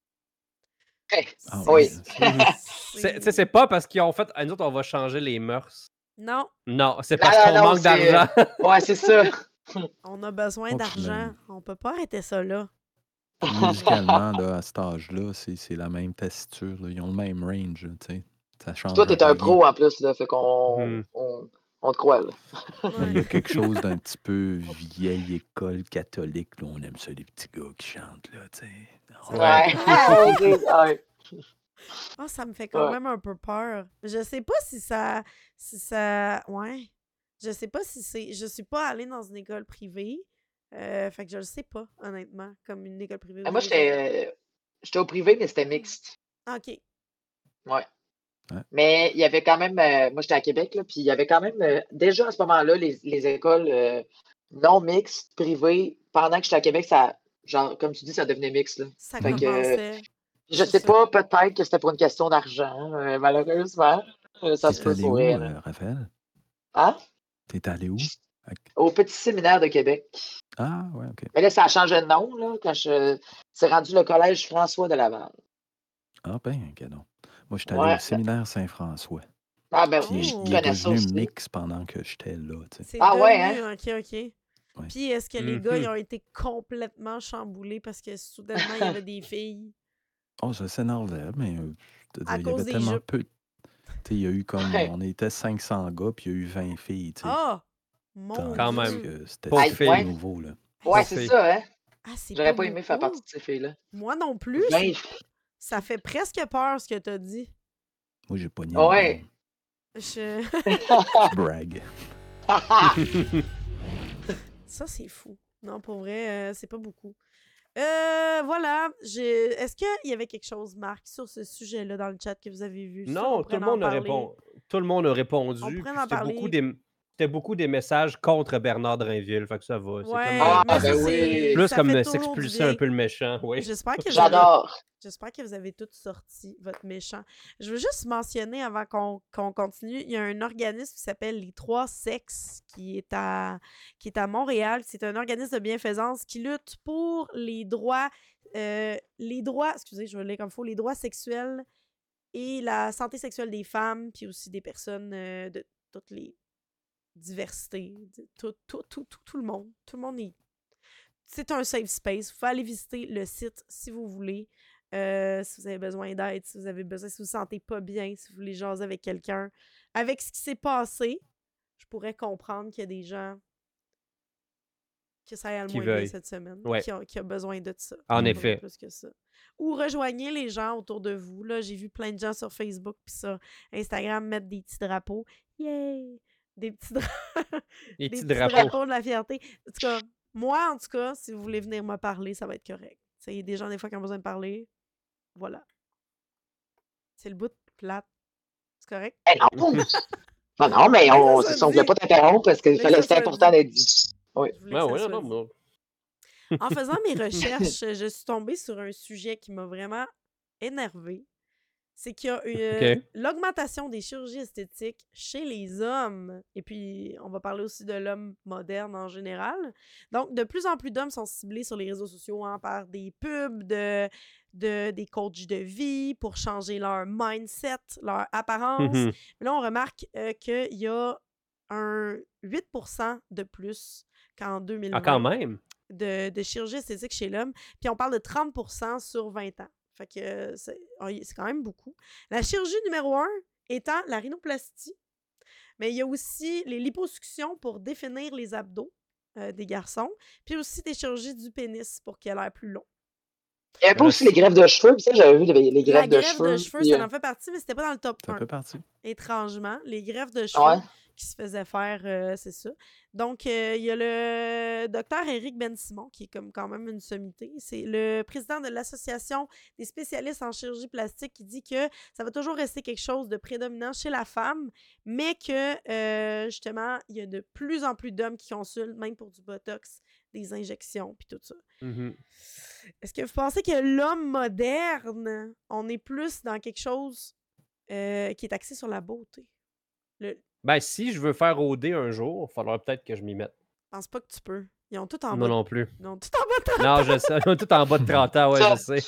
Oui. C'est pas parce qu'ils ont fait, à nous autres, on va changer les mœurs. Non. Non, c'est parce qu'on manque d'argent. Ouais, c'est ça. On a besoin d'argent. On peut pas arrêter ça là. Musicalement, là, à cet âge-là, c'est la même tessiture. Là. Ils ont le même range, tu sais. Ça change. Toi, t'es un rien. pro en plus, là, fait qu'on on te croit, là. Mais il y a quelque chose d'un petit peu vieille école catholique. Là. On aime ça, les petits gars qui chantent, là, tu sais. Ouais. Oh, ça me fait quand même un peu peur. Je sais pas si ça... Ouais. Je sais pas si c'est... Je suis pas allée dans une école privée. Fait que je le sais pas, honnêtement, comme une école privée. Moi, j'étais au privé, mais c'était mixte. OK. Ouais. Mais il y avait quand même... moi, j'étais à Québec, là, puis il y avait quand même... déjà, à ce moment-là, les écoles non mixtes, privées, pendant que j'étais à Québec, ça... Genre, comme tu dis, ça devenait mixte, là. Ça fait commençait... je sais pas, peut-être que c'était pour une question d'argent, malheureusement. Ça se peut allé pour où, elle. Raphaël? Hein? T'es allé où? Au Petit Séminaire de Québec. Ah, ouais, OK. Mais là, ça a changé de nom, là, quand c'est rendu le Collège François de Laval. Ah, ben, canon. Moi, j'étais allé au Séminaire Saint-François. Ah, ben, il est devenu mix pendant que j'étais là, tu sais. Hein? OK. Ouais. Puis, est-ce que les gars, ils ont été complètement chamboulés parce que soudainement, il y avait des filles? Oh, ça s'énervait, mais à il y cause avait des tellement jupes. peu. Il y a eu comme. On était 500 gars, puis il y a eu 20 filles, tu sais. Ah! Mon Quand Dieu. même. C'était nouveau, là. Ouais, c'est ça, hein? J'aurais pas aimé beaucoup. faire partie de ces filles-là. Moi non plus. Ça fait presque peur, ce que t'as dit. Moi, j'ai pas nié. Ouais. Brag. Ça, c'est fou. Non, pour vrai, c'est pas beaucoup. Voilà. Est-ce qu'il y avait quelque chose, Marc, sur ce sujet-là dans le chat que vous avez vu? Non, tout le monde a répondu. On pourrait en C'était parler. beaucoup des... C'était beaucoup des messages contre Bernard Drinville, fait que ça va. C'est Ouais, comme Ah, mais ben ça, oui. plus ça comme fait toujours du s'expulser un bien. peu le méchant, oui. J'espère que J'adore. vous avez tous sorti votre méchant. Je veux juste mentionner avant qu'on continue, il y a un organisme qui s'appelle les Trois Sexes qui est à Montréal. C'est un organisme de bienfaisance qui lutte pour les droits, excusez, je vais le lire comme il faut, les droits sexuels et la santé sexuelle des femmes, puis aussi des personnes de toutes les diversités, tout le monde. Tout le monde est... C'est un safe space. Vous pouvez aller visiter le site si vous voulez. Si vous avez besoin d'aide, si vous vous sentez pas bien, si vous voulez jaser avec quelqu'un. Avec ce qui s'est passé, je pourrais comprendre qu'il y a des gens que ça aille le Qui moins bien veuillent. cette semaine, Ouais. qui a besoin de ça. En Pas effet. plus que ça. Ou rejoignez les gens autour de vous. Là, j'ai vu plein de gens sur Facebook puis sur Instagram mettre des petits drapeaux. Yay! Des petits, Les des petits petits drapeaux. drapeaux de la fierté. En tout cas, moi, en tout cas, si vous voulez venir me parler, ça va être correct. Il y a des gens, des fois, qui ont besoin de parler. Voilà. C'est le bout de plate. C'est correct? Eh non! Non, mais on ça ne soit voulait dit. pas t'interrompre parce que Fallait que ça c'était soit important dit. d'être dit. Oui. Je voulais que ça Ouais, soit non, dit. non. En faisant mes recherches, je suis tombée sur un sujet qui m'a vraiment énervée. C'est qu'il y a OK. l'augmentation des chirurgies esthétiques chez les hommes. Et puis, on va parler aussi de l'homme moderne en général. Donc, de plus en plus d'hommes sont ciblés sur les réseaux sociaux par des pubs, des coachs de vie pour changer leur mindset, leur apparence. Mhm. Mais là, on remarque qu'il y a un 8% de plus qu'en 2020 Ah, quand même. de chirurgie esthétique chez l'homme. Puis on parle de 30% sur 20 ans. Fait que c'est quand même beaucoup. La chirurgie numéro 1 étant la rhinoplastie. Mais il y a aussi les liposuctions pour définir les abdos des garçons. Puis aussi des chirurgies du pénis pour qu'il ait l'air plus long. Il n'y avait pas aussi les greffes de cheveux, puis ça, j'avais vu les greffes de cheveux. La greffe de cheveux, ça en fait partie, mais c'était pas dans le top 1. Ça fait partie. Étrangement. Les greffes de cheveux Ouais. qui se faisaient faire, c'est ça. Donc, il y a le docteur Éric Ben-Simon, qui est quand même une sommité. C'est le président de l'Association des spécialistes en chirurgie plastique qui dit que ça va toujours rester quelque chose de prédominant chez la femme, mais que, justement, il y a de plus en plus d'hommes qui consultent, même pour du botox, des injections, puis tout ça. Mhm. Est-ce que vous pensez que l'homme moderne, on est plus dans quelque chose qui est axé sur la beauté? Ben, si je veux faire OD un jour, il faudra peut-être que je m'y mette. Je pense pas que tu peux. Ils ont tout en Moi bas. non plus. Ils ont tout en bas de 30 Non, je sais. Tout en bas de 30 ans, ouais, Ça. je sais.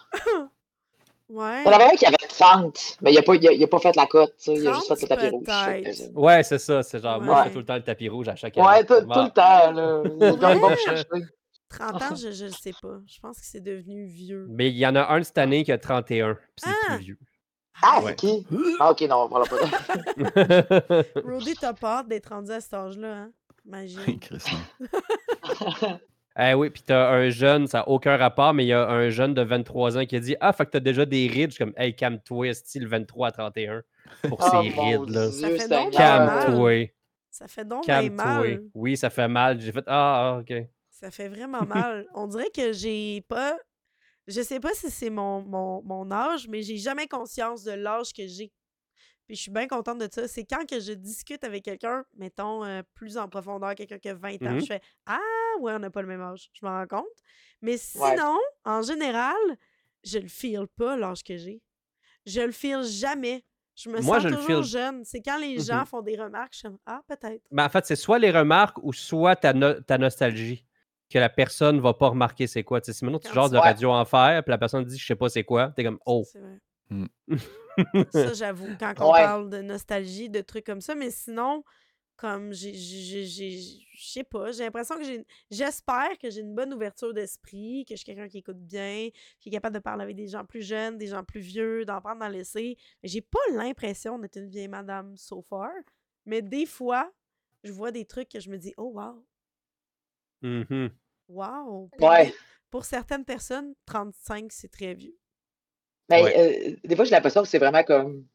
Ouais. Il y en avait un qui avait 30, mais il n'a pas fait la cote. Il a juste 30 fait le tapis rouge. peut-être. Ouais, c'est ça. C'est genre, moi, je Ouais. fais tout le temps le tapis rouge à chaque Ouais, année. tout le temps. Là. Ils vrai? vont me chercher. 30 ans, je le sais pas. Je pense que c'est devenu vieux. Mais il y en a un cette année qui a 31, puis c'est Ah! plus vieux. Ah, Ouais. c'est qui? Ah, ok, non, on parle pas. Roddy, t'as peur d'être rendu à cet âge-là, hein? Imagine. Chris, non. Eh oui, puis t'as un jeune, ça n'a aucun rapport, mais il y a un jeune de 23 ans qui a dit « Ah, fait que t'as déjà des rides. » Je suis comme « Hey, calme-toi, style 23 à 31 pour Oh ces mon rides-là. Ça Dieu, fait Seigneur. donc mal. Calme-toi. Ça fait donc bien Calme-toi. mal. Oui, ça fait mal. » J'ai fait « Ah, OK. » Ça fait vraiment mal. On dirait que j'ai pas... Je sais pas si c'est mon âge, mais j'ai jamais conscience de l'âge que j'ai. Puis je suis bien contente de ça. C'est quand que je discute avec quelqu'un, mettons, plus en profondeur, quelqu'un qui a 20 ans, Mhm. je fais « Ah, ouais, on n'a pas le même âge. » Je me rends compte. Mais sinon, en général, je le feel pas, l'âge que j'ai. Je le feel jamais. Je me Moi, sens je le toujours feel. jeune. C'est quand les gens font des remarques, je suis comme « Ah, peut-être. Ben, en fait, c'est soit les remarques ou soit ta nostalgie. Que la personne va pas remarquer c'est quoi. Tu sais, si maintenant tu Quand jases tu- de Radio Enfer, puis la personne dit je sais pas c'est quoi, t'es comme oh. C'est vrai. Mm. Ça, j'avoue, quand on Ouais. parle de nostalgie, de trucs comme ça, mais sinon, comme je sais pas, j'ai l'impression que j'espère que j'ai une bonne ouverture d'esprit, que je suis quelqu'un qui écoute bien, qui est capable de parler avec des gens plus jeunes, des gens plus vieux, d'en prendre, d'en laisser. J'ai pas l'impression d'être une vieille madame so far, mais des fois, je vois des trucs que je me dis, oh wow, Mhm. wow. Ouais. Pour certaines personnes, 35, c'est très vieux. Mais des fois, j'ai l'impression que c'est vraiment comme.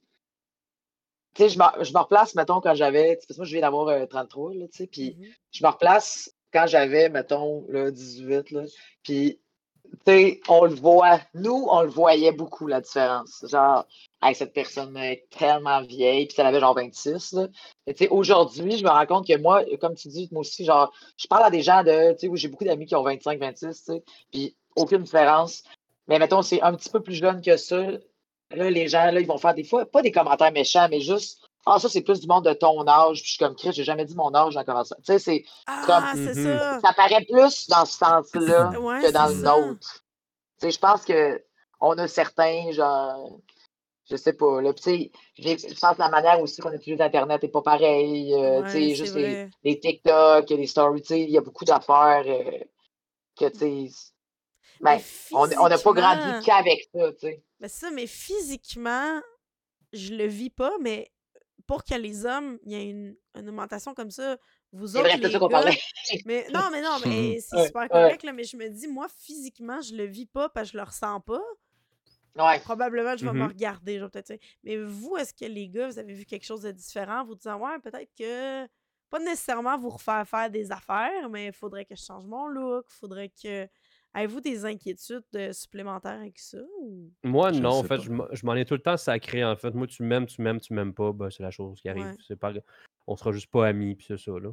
Tu sais, je me replace, mettons, quand j'avais. Parce que moi, je viens d'avoir 33, là, tu sais. Puis Mhm. je me replace quand j'avais, mettons, là, 18, là. Puis, tu sais, on le voit. Nous, on le voyait beaucoup, la différence. Genre, hey, cette personne est tellement vieille, puis elle avait genre 26, là. Mais tu sais, aujourd'hui, je me rends compte que moi, comme tu dis, moi aussi, genre, je parle à des gens de, tu sais, où j'ai beaucoup d'amis qui ont 25, 26, tu sais, puis aucune différence. Mais mettons, c'est un petit peu plus jeune que ça. Là, les gens, là, ils vont faire des fois, pas des commentaires méchants, mais juste, ah, ça, c'est plus du monde de ton âge. Puis je suis comme, Chris, j'ai jamais dit mon âge dans la conversation. Tu sais, c'est comme, Ah, c'est Mhm. ça. ça paraît plus dans ce sens-là Ouais, que c'est dans le ça. nôtre. Tu sais, je pense que on a certains, genre, je sais pas, là, puis tu sais, je pense que la manière aussi qu'on utilise Internet est pas pareille. Tu Ouais, sais, c'est juste vrai. les TikTok, les stories, tu sais, il y a beaucoup d'affaires que, tu sais, Mais ben, on n'a pas grandi physiquement, qu'avec ça, tu sais. mais ça, mais physiquement, je le vis pas, mais pour que les hommes, il y ait une augmentation comme ça, vous C'est autres, vrai, c'est ça les qu'on gars, parlait. mais non, mais c'est Ouais, super ouais, correct, là, mais je me dis, moi, physiquement, je le vis pas parce que je le ressens pas. ouais. Probablement, je vais me Mhm. regarder, je vais peut-être dire. Mais vous, est-ce que les gars, vous avez vu quelque chose de différent, vous disant, ouais, peut-être que, pas nécessairement vous refaire faire des affaires, mais il faudrait que je change mon look, faudrait que. Avez-vous des inquiétudes supplémentaires avec ça? Ou... Moi, Je non, en sais fait, pas. je m'en ai tout le temps sacré, en fait. Moi, tu m'aimes, tu m'aimes pas, ben, c'est la chose qui arrive. Ouais. C'est pas... On sera juste pas amis, puis c'est ça, là.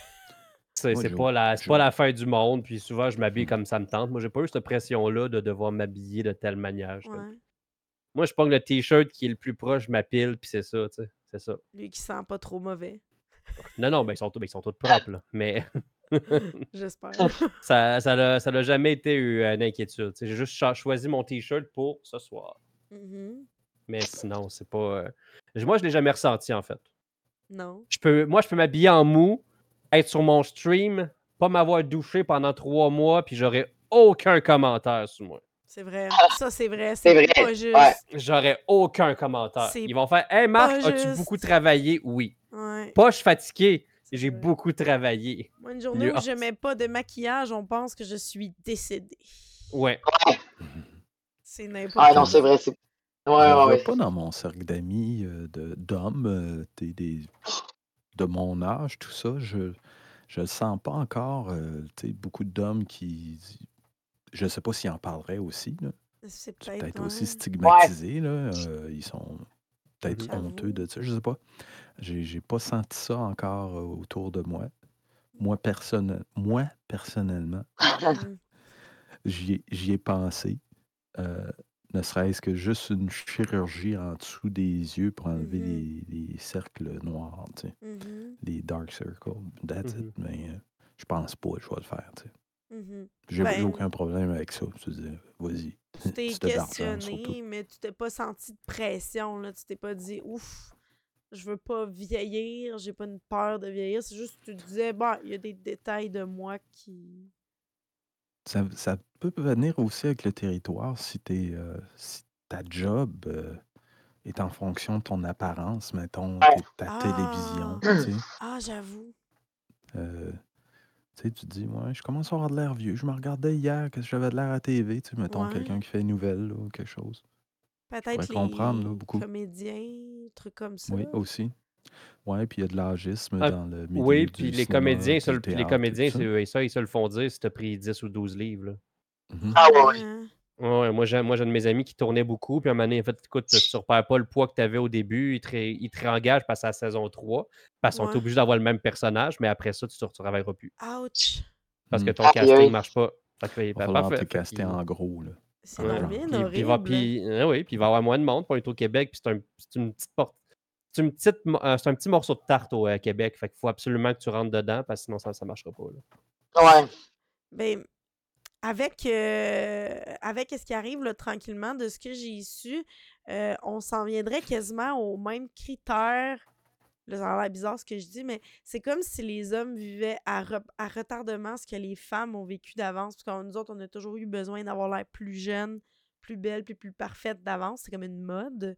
C'est Moi, c'est j'ai pas la, c'est j'ai- pas la fin du monde, puis souvent, je m'habille Mhm. comme ça me tente. Moi, j'ai pas eu cette pression-là de devoir m'habiller de telle manière. Ouais. Moi, je prends le t-shirt qui est le plus proche de ma pile, puis c'est ça, tu sais. C'est ça. Lui qui sent pas trop mauvais. Non, ben, ils sont tous propres, là. Mais J'espère. ça l'a jamais été une inquiétude. Tu sais, j'ai juste choisi mon t-shirt pour ce soir. Mhm. Mais sinon, c'est pas. Moi, je l'ai jamais ressenti, en fait. Non. Moi, je peux m'habiller en mou, être sur mon stream, pas m'avoir douché pendant 3 mois, puis j'aurais aucun commentaire sur moi. C'est vrai. Ça, c'est vrai. C'est C'est vrai, pas ouais. juste. J'aurais aucun commentaire. C'est Ils vont faire Hey Marc, pas as-tu beaucoup juste. travaillé? Oui. Ouais. Pas je suis fatigué, C'est j'ai vrai. beaucoup travaillé. Moi, une journée où Nuance. je mets pas de maquillage, on pense que je suis décédée. Ouais. Ouais. C'est n'importe Ah non, quoi. c'est vrai. C'est... Ouais, J'en ouais, vois ouais. pas dans mon cercle d'amis d'hommes, de mon âge, tout ça. Je le sens pas encore. Tu sais, beaucoup d'hommes qui. Je sais pas s'ils en parleraient aussi, là. C'est C'est peut-être, peut-être aussi ouais. stigmatisé, là. Ils sont peut-être Mhm. honteux J'avoue. de ça, je sais pas. J'ai pas senti ça encore autour de moi. Moi, personnellement, Mhm. j'y ai pensé. euh, ne serait-ce que juste une chirurgie en dessous des yeux pour enlever Mhm. les cercles noirs, tu sais, Mhm. les dark circles. That's it. Mhm. Mais je pense pas que je vais le faire, tu sais. Mhm. J'ai Ben, aucun problème avec ça. Je veux dire, vas-y. tu t'es Si t'as de l'argent, surtout. questionné, mais tu t'es pas senti de pression, là. Tu t'es pas dit, ouf, je veux pas vieillir, j'ai pas une peur de vieillir. C'est juste que tu te disais, bah, il y a des détails de moi qui. Ça peut venir aussi avec le territoire si ta job est en fonction de ton apparence, mettons, ta télévision, Ah! tu sais. Ah, j'avoue. Euh, tu sais, tu te dis, ouais, je commence à avoir de l'air vieux. Je me regardais hier que j'avais de l'air à TV, tu sais, mettons, Ouais. quelqu'un qui fait une nouvelle là, ou quelque chose. Je pourrais Peut-être comprendre, là, les beaucoup. comédiens, trucs comme ça. Oui, aussi. Ouais, puis il y a de l'âgisme Ah, dans le oui, milieu puis du les cinéma, comédiens, puis le puis les théâtre et tout comédiens, ça. ils se le font dire si t'as pris 10 ou 12 livres. Là. Mhm. Ah Ah ouais, ouais, ouais. hein? Ouais, moi, j'ai un de mes amis qui tournait beaucoup, puis à un moment donné, en fait, écoute, si tu repères pas le poids que tu avais au début, ils te réengagent parce que c'est la saison 3, parce qu'on est Ouais. obligé d'avoir le même personnage, mais après ça, tu ne travailleras plus. Ouch! Parce que Hmm. ton Aïe, casting aïe. marche pas. Fait que, Va falloir parfait. te Fait caster en gros, là, C'est en ouais. donc genre. bien horrible. Oui, puis il va y avoir moins de monde pour être au Québec, puis c'est une petite porte. C'est un petit morceau de tarte au Québec. Fait qu'il faut absolument que tu rentres dedans, parce que sinon, ça ne marchera pas. Là. Ouais. Ben, avec ce qui arrive là, tranquillement, de ce que j'ai su, on s'en viendrait quasiment aux mêmes critères. Là, ça a l'air bizarre ce que je dis, mais c'est comme si les hommes vivaient à retardement ce que les femmes ont vécu d'avance. Parce que nous autres, on a toujours eu besoin d'avoir l'air plus jeune, plus belle, puis plus parfaite d'avance. C'est comme une mode.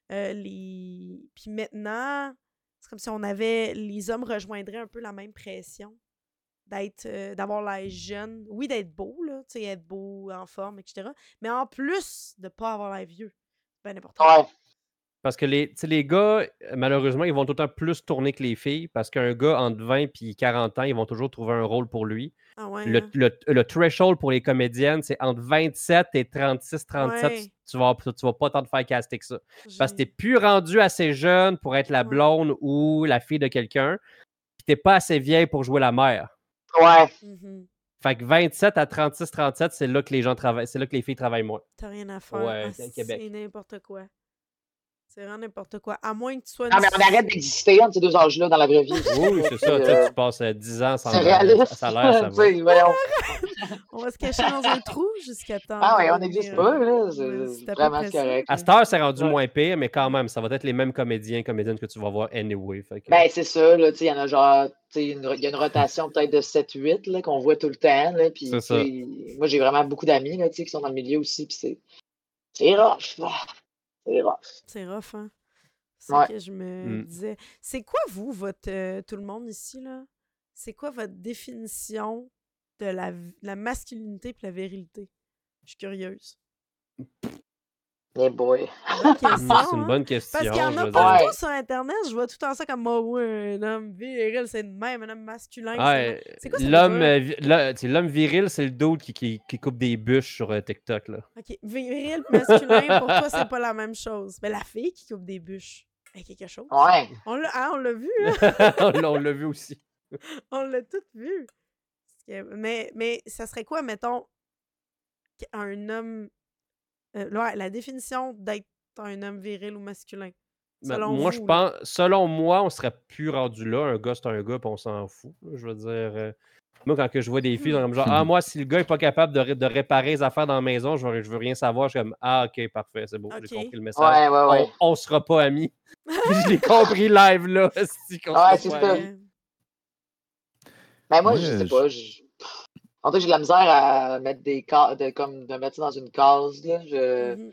Puis maintenant, c'est comme si les hommes rejoindraient un peu la même pression d'avoir l'air jeune. Oui, d'être beau, là, tu sais, être beau, en forme, etc. Mais en plus de pas avoir l'air vieux. C'est bien important. Ouais. Parce que les gars, malheureusement, ils vont tout le temps plus tourner que les filles parce qu'un gars entre 20 et 40 ans, ils vont toujours trouver un rôle pour lui. Ah ouais, Le, hein? le threshold pour les comédiennes, c'est entre 27 et 36, 37. Ouais. Tu vas pas tant te faire caster que ça. Parce que J'ai- t'es plus rendu assez jeune pour être la Ouais. blonde ou la fille de quelqu'un. Puis t'es pas assez vieille pour jouer la mère. Ouais. Mhm. Fait que 27 à 36, 37, c'est là que les gens travaillent. C'est là que les filles travaillent moins. T'as rien à faire. Ouais, Ah, c'est à Québec. c'est n'importe quoi. C'est vraiment n'importe quoi. À moins que tu sois Non, mais on arrête d'exister entre ces deux âges-là dans la vraie vie. Oui, c'est ça. Tu passes 10 ans sans C'est réaliste. salaire, ça Tu va. sais, voyons. On va se cacher dans un trou jusqu'à temps. Ah ouais, de on n'existe devenir- pas, là. Ouais, C'est c'est à peu vraiment près ça. correct. À cette heure, c'est rendu Ouais. moins pire, mais quand même, ça va être les mêmes comédiennes que tu vas voir anyway. Fait que... Ben, c'est ça, là, tu sais, il y en a genre, tu sais, il y a une rotation peut-être de 7-8, là, qu'on voit tout le temps, là, puis, C'est tu ça. sais, moi, j'ai vraiment beaucoup d'amis, là, tu sais, qui sont dans le milieu aussi, puis c'est rough, là. C'est rough. C'est rough, hein? C'est Ouais. que je me Mm. disais. C'est quoi, vous, votre tout le monde ici, là? C'est quoi votre définition de la masculinité et la virilité? Je suis curieuse. Yeah, boy. Bonne question, C'est une hein? bonne question. Parce qu'il y en je a veux partout Ouais. sur Internet, je vois tout le temps ça comme moi, ouais, un homme viril, c'est de même, un homme masculin. dire. Ouais, C'est quoi ça veut l'homme, dire? tu sais, l'homme viril, c'est le dude qui coupe des bûches sur TikTok. Là. Ok, viril et masculin, pour toi, c'est pas la même chose. Mais la fille qui coupe des bûches, elle a quelque chose. Ouais. On l'a vu, hein? on l'a vu aussi. On l'a tout vu. Mais ça serait quoi, mettons, un homme. Ouais, la définition d'être un homme viril ou masculin. Ben, Selon moi, vous, je là. pense, selon moi, on serait plus rendu là. Un gars, c'est un gars, puis on s'en fout. Là. Je veux dire, moi, quand que je vois des filles, comme genre, ah, moi, si le gars est pas capable de réparer les affaires dans la maison, je veux rien savoir. Je suis comme, ah, ok, parfait, c'est beau, Ok. j'ai compris le message. Ouais, ouais, ouais. On sera pas amis. Je l'ai compris live, là. C'est qu'on Ouais, sera c'est pas ça. amis. Ben, moi, Moi, je sais pas. En tout cas, j'ai de la misère à mettre des cases, de mettre ça dans une case, là. Je Mhm.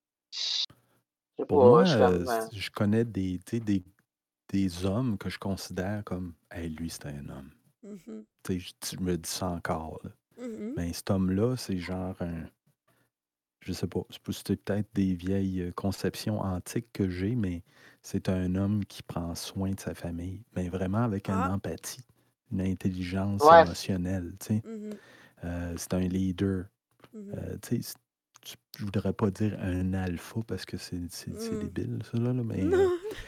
sais Pour pas, moi, je suis comme. je connais tu sais, des hommes que je considère comme, hey, lui, c'est un homme. Mhm. Tu sais, je me dis ça encore, là. Mhm. Mais cet homme-là, c'est genre un. Je sais pas, c'est peut-être des vieilles conceptions antiques que j'ai, mais c'est un homme qui prend soin de sa famille, mais vraiment avec une Ah. empathie, une intelligence Ouais. émotionnelle, tu sais. Mhm. C'est un leader. Mhm. Tu sais, je voudrais pas dire un alpha parce que c'est Mm. débile, ça, là, mais Non.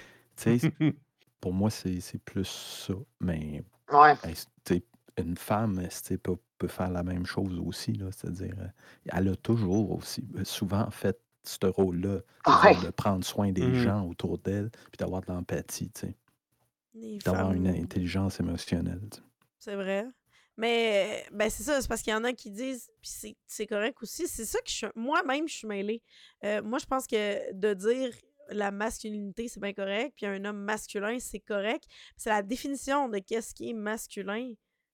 tu sais, pour moi, c'est plus ça. Mais Ouais. tu sais, une femme, tu sais, peut faire la même chose aussi, là, c'est-à-dire, elle a toujours aussi, souvent fait ce rôle-là, c'est-à-dire Ouais. de prendre soin des Mhm. gens autour d'elle, puis d'avoir de l'empathie, tu sais, Les d'avoir une femmes. intelligence émotionnelle. Tu sais. C'est vrai. Mais ben c'est ça, c'est parce qu'il y en a qui disent, puis c'est correct aussi. C'est ça que moi-même, je suis mêlée. Moi, je pense que de dire la masculinité, c'est bien correct, puis un homme masculin, c'est correct. C'est la définition de qu'est-ce qui est masculin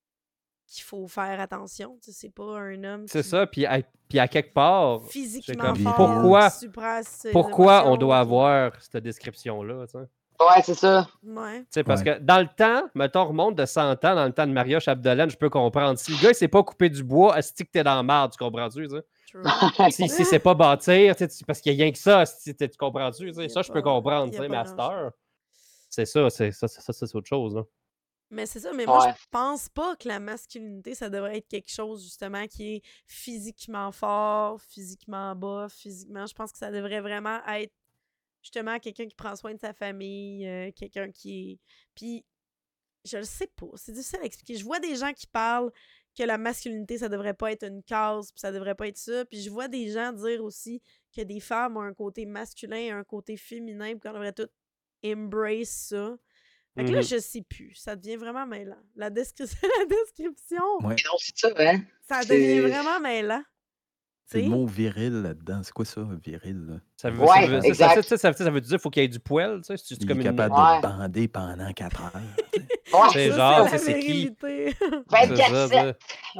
qu'il faut faire attention. Tu sais, c'est pas un homme C'est qui ça, puis à quelque part, c'est physiquement comme, viril. fort, suppresse ses pourquoi on émotions, doit puis- avoir cette description-là, tu sais? Ouais, c'est ça. Ouais. Tu sais, parce Ouais. que dans le temps, mettons, remonte de 100 ans, dans le temps de Maria Chapdelaine, je peux comprendre. Si le gars, il s'est pas coupé du bois, asti que t'es dans la merde, tu comprends-tu? Tu sais? True. Si c'est pas bâtir, tu sais, parce qu'il y a rien que ça, asti, tu comprends-tu? Tu sais? Y a Ça, je pas- peux comprendre, y tu a sais, pas mais à cette grand-chose. heure, c'est ça, c'est autre chose. Là. Mais c'est ça, mais moi, Ouais. je pense pas que la masculinité, ça devrait être quelque chose, justement, qui est physiquement fort, physiquement bas, physiquement. Je pense que ça devrait vraiment être, justement, quelqu'un qui prend soin de sa famille, quelqu'un qui est. Puis, je le sais pas, c'est difficile à expliquer. Je vois des gens qui parlent que la masculinité, ça devrait pas être une case, puis ça devrait pas être ça. Puis je vois des gens dire aussi que des femmes ont un côté masculin et un côté féminin, puis qu'on devrait tout embrace ça. Fait que là, Mhm. je sais plus. Ça devient vraiment mêlant. La description, Ouais. Mais non, c'est ça, hein. ça c'est- devient vraiment mêlant. C'est le Tu sais? mot viril là-dedans. C'est quoi ça, viril? Là? Ça veut, Ouais, ça veut- exact. ça veut dire qu'il faut qu'il y ait du poil, tu sais? C'est Il est comme une... capable Ouais. de bander pendant 4 heures. tu sais. Ouais, C'est Ça, genre, c'est la c'est qui? virilité. C'est ça, 24-7.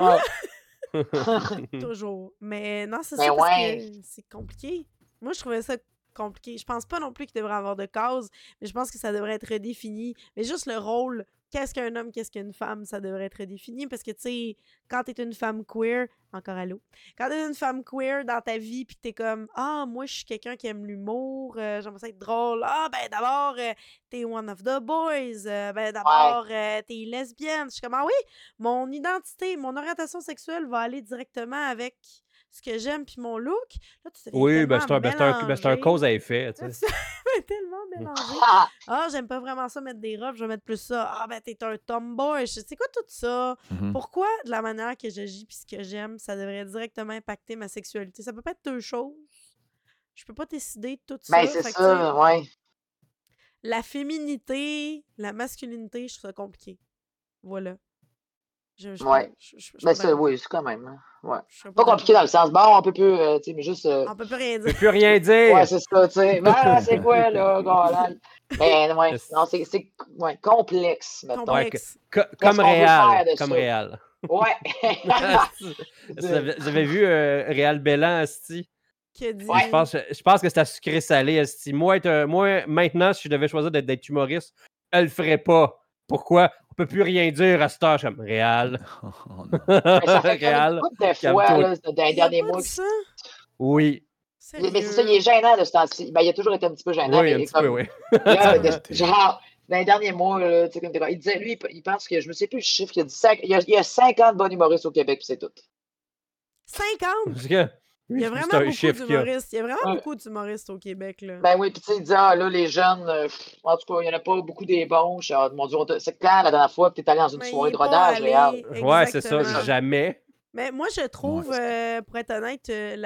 Ouais. Toujours. Mais non, c'est Mais ça parce ouais. que c'est compliqué. Moi, je trouvais ça compliqué. Je pense pas non plus qu'il devrait avoir de cause, mais je pense que ça devrait être redéfini. Mais juste le rôle qu'est-ce qu'un homme, qu'est-ce qu'une femme, ça devrait être défini. Parce que, tu sais, quand t'es une femme queer, encore allô, quand t'es une femme queer dans ta vie, puis t'es comme, ah, moi, je suis quelqu'un qui aime l'humour, j'aimerais ça être drôle. Ah, ben d'abord, t'es one of the boys. Ben d'abord, t'es lesbienne. Je suis comme, ah oui, mon identité, mon orientation sexuelle va aller directement avec ce que j'aime puis mon look. Là, tu deviens Oui, tellement c'est un cause à effet. Tu Là, sais. tu deviens tellement mélangé. Ah, j'aime pas vraiment ça mettre des robes, je vais mettre plus ça. Ah, ben t'es un tomboy. C'est quoi tout ça? Mhm. Pourquoi, de la manière que j'agis puis ce que j'aime, ça devrait directement impacter ma sexualité? Ça peut pas être deux choses. Je peux pas décider de tout ça. Ben, c'est Fait que, ça, ouais. la féminité, la masculinité, je trouve ça compliqué. Voilà. Ouais. Je suis Ben, pas ça, d'accord. oui, c'est quand même. Ouais. Je suis Pas compliqué dans le sens, bon, on peut plus, tu sais, mais juste. On peut plus rien Je peux dire. plus rien Ouais, dire. c'est ça, tu sais. Ben, c'est quoi, là, gars? Mais, ouais, non, c'est ouais, complexe, mettons. Complexe. Comme Qu'est-ce qu'on veut Réal. faire de Comme ça? Réal. Ouais. Vous avez vu Réal Bellan, asti? Qui a dit. Ouais. Je pense que c'est à sucré salé, asti. Moi, maintenant, si je devais choisir d'être humoriste, elle le ferait pas. Pourquoi? On peut plus rien dire à cette heure. Je suis comme, Réal. Oh, non. Mais ça fait Réal. une des fois, calme-toi. là, dans les Il a derniers pas mois. dit ça? Oui. Sérieux? Mais c'est ça, il est gênant de ce temps-ci. Ben, il a toujours été un petit peu gênant. Oui, mais un petit comme, peu, oui. là, Ouais, genre, dans les derniers mois, là, tu sais, comme il disait, lui, il pense que, je me sais plus le chiffre, il a dit il y a 50 bons humoristes au Québec, puis c'est tout. 50? Parce que, Il y a c'est vraiment un beaucoup chiffre qu'il y a. d'humoristes. Il y a vraiment Ouais. beaucoup d'humoristes au Québec, là. Ben oui, puis tu sais, il dit, ah là, les jeunes, en tout cas, il n'y en a pas beaucoup des bons. Je dis, ah, mon Dieu, c'est clair, la dernière fois que tu es allé dans une Mais soirée il de est pas rodage, Réal. allé. Ouais, c'est ça. Exactement. Jamais. Mais moi, je trouve, pour être honnête,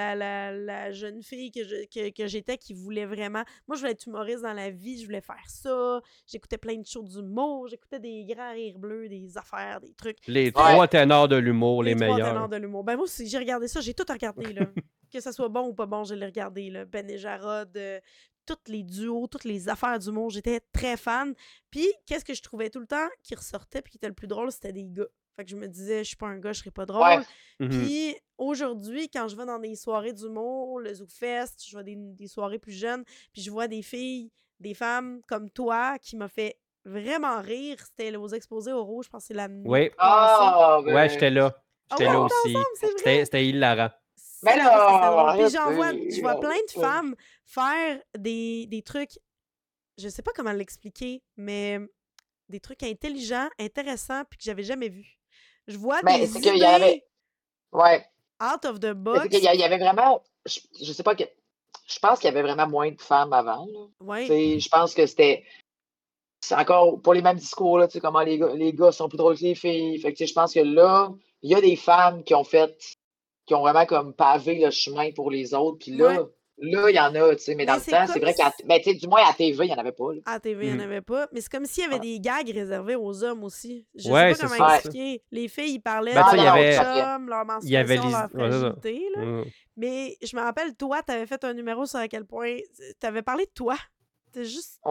la jeune fille que j'étais qui voulait vraiment... Moi, je voulais être humoriste dans la vie, je voulais faire ça. J'écoutais plein de shows d'humour, j'écoutais des grands rires bleus, des affaires, des trucs. Les C'était trois ténors de l'humour, les trois meilleurs. ténors de l'humour. Ben moi aussi, j'ai regardé ça, j'ai tout regardé, là. Que ça soit bon ou pas bon, je l'ai regardé, là. Ben et Jarod, tous les duos, toutes les affaires d'humour, j'étais très fan. Puis, qu'est-ce que je trouvais tout le temps qui ressortait puis qui était le plus drôle, c'était des gars. Fait que je me disais, je suis pas un gars, je serais pas drôle. Ouais. Mhm. Puis aujourd'hui, quand je vais dans des soirées d'humour, le ZooFest, je vois des soirées plus jeunes, puis je vois des filles, des femmes comme toi qui m'a fait vraiment rire. C'était aux Exposés au Rouge, je pense que c'est l'année Oui. passée. Ah, ben. Ouais, j'étais là. Ah J'étais ouais, là on était aussi. ensemble, c'est vrai. C'était hilarant. Ben C'est là, vrai que c'était drôle. Puis arrête, je vois plein de ouais. femmes faire des trucs, je sais pas comment l'expliquer, mais des trucs intelligents, intéressants, puis que j'avais jamais vus. Je vois Mais des c'est qu'il y en avait. idées Ouais. out of the Mais box. c'est qu'il y avait vraiment. Je sais pas que. Je pense qu'il y avait vraiment moins de femmes avant, là. Ouais. Tu sais, je pense que c'était. C'est encore pour les mêmes discours, là, tu sais, comment les gars sont plus drôles que les filles. Fait que, tu sais, je pense que là, il y a des femmes qui ont vraiment comme pavé le chemin pour les autres. Puis là, Ouais. là, il y en a, tu sais, mais dans Mais le c'est temps, c'est comme vrai qu'à si- ben, tu sais, du moins à TV, il n'y en avait pas. Là. À la TV, il n'y en Mhm. avait pas. Mais c'est comme s'il y avait Ouais. des gags réservés aux hommes aussi. Je Ouais, sais pas c'est comment ça. expliquer. Les filles, ils parlaient Ben, de tu sais, il y leurs avait- chums, leur Il y avait menstruation, leur ouais, c'est ça. fragilité. Là. Mhm. Mais je me rappelle, toi, tu avais fait un numéro sur à quel point... Tu avais parlé de toi. T'as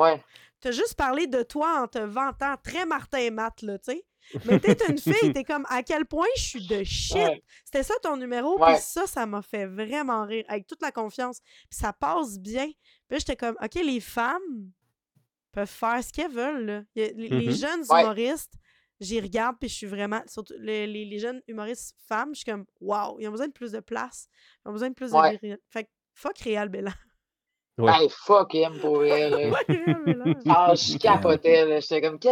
juste parlé de toi en te vantant, très Martin et Matt, là, tu sais. Mais t'es une fille, t'es comme, à quel point je suis de shit. Ouais. C'était ça ton numéro, Ouais. puis ça m'a fait vraiment rire, avec toute la confiance. Puis ça passe bien. Puis là, j'étais comme, OK, les femmes peuvent faire ce qu'elles veulent, là. Les Mhm. jeunes Ouais. humoristes, j'y regarde, puis je suis vraiment... Surtout les jeunes humoristes femmes, je suis comme, wow, ils ont besoin de plus de place. Ils ont besoin de plus de Ouais. virilité. Fait que, fuck Réal Bellan. Ouais. Hey, fuck him pour elle. Fuck Réal Bellan. Ah, je capotais, là. J'étais comme,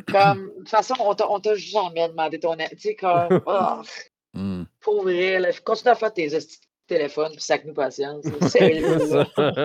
de toute façon, on t'a jamais demandé ton avis. Tu sais, comme, oh, Hmm. pour vrai, là, continue à faire tes hosties de téléphone, puis sac-nous patience. là. C'est Sérieux, là.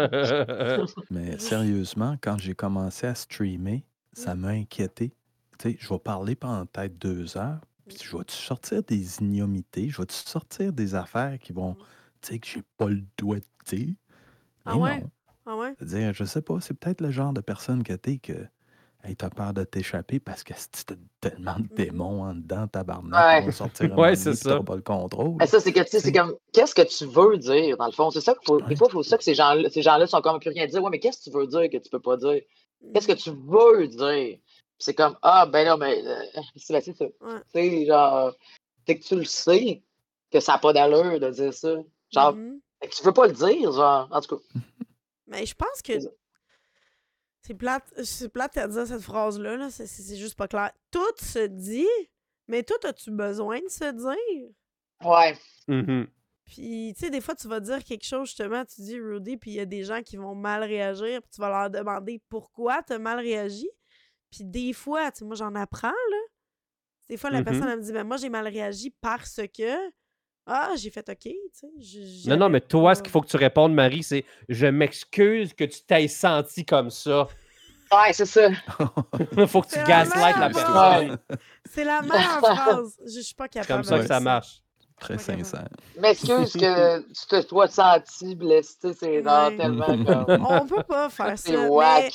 ça. Mais sérieusement, quand j'ai commencé à streamer, ça m'a inquiété. Tu sais, je vais parler pendant peut-être 2 heures, puis je vais-tu sortir des ignominités, je vais-tu sortir des affaires qui vont, tu sais, que j'ai pas le droit de dire. Ah Mais ouais? non. Ah ouais? C'est-à-dire, je sais pas, c'est peut-être le genre de personne que t'es que hey, t'as peur de t'échapper parce que si t'as tellement de démons en dedans, tabarnak, Ouais. ils vont sortir un Ouais, moment donné, c'est puis ça. t'auras pas le contrôle. Mais ça, c'est que, tu sais, c'est comme, qu'est-ce que tu veux dire, dans le fond? C'est ça qu'il faut, des fois, il faut ça que ces gens-là sont comme plus rien dire. Ouais, mais qu'est-ce que tu veux dire que tu peux pas dire? Qu'est-ce que tu veux dire? Puis c'est comme, ah, ben là, mais, c'est ça. Ouais. Tu sais, genre, c'est que tu le sais que ça n'a pas d'allure de dire ça. Genre, Mhm. fait que tu veux pas le dire, genre, en tout cas. Mais je pense que C'est ça. C'est plate à dire cette phrase-là, là. C'est juste pas clair. Tout se dit, mais toi, as-tu besoin de se dire? Ouais. Puis, tu sais, des fois, tu vas dire quelque chose, justement, tu dis Rudy, puis il y a des gens qui vont mal réagir, puis tu vas leur demander pourquoi tu as mal réagi. Puis des fois, tu sais, moi, j'en apprends, là. Des fois, la personne, elle me dit, ben moi, j'ai mal réagi parce que... Ah, j'ai fait OK, tu sais. Non, mais toi, ce qu'il faut que tu répondes, Marie, c'est « Je m'excuse que tu t'aies senti comme ça. » Ouais, c'est ça. Faut que tu gaslightes la personne. C'est la meilleure phrase. Je suis pas capable. C'est comme ça que ça marche. Très sincère. M'excuse que tu te sois senti blessé, c'est genre tellement comme... On peut pas faire C'est ça. whack.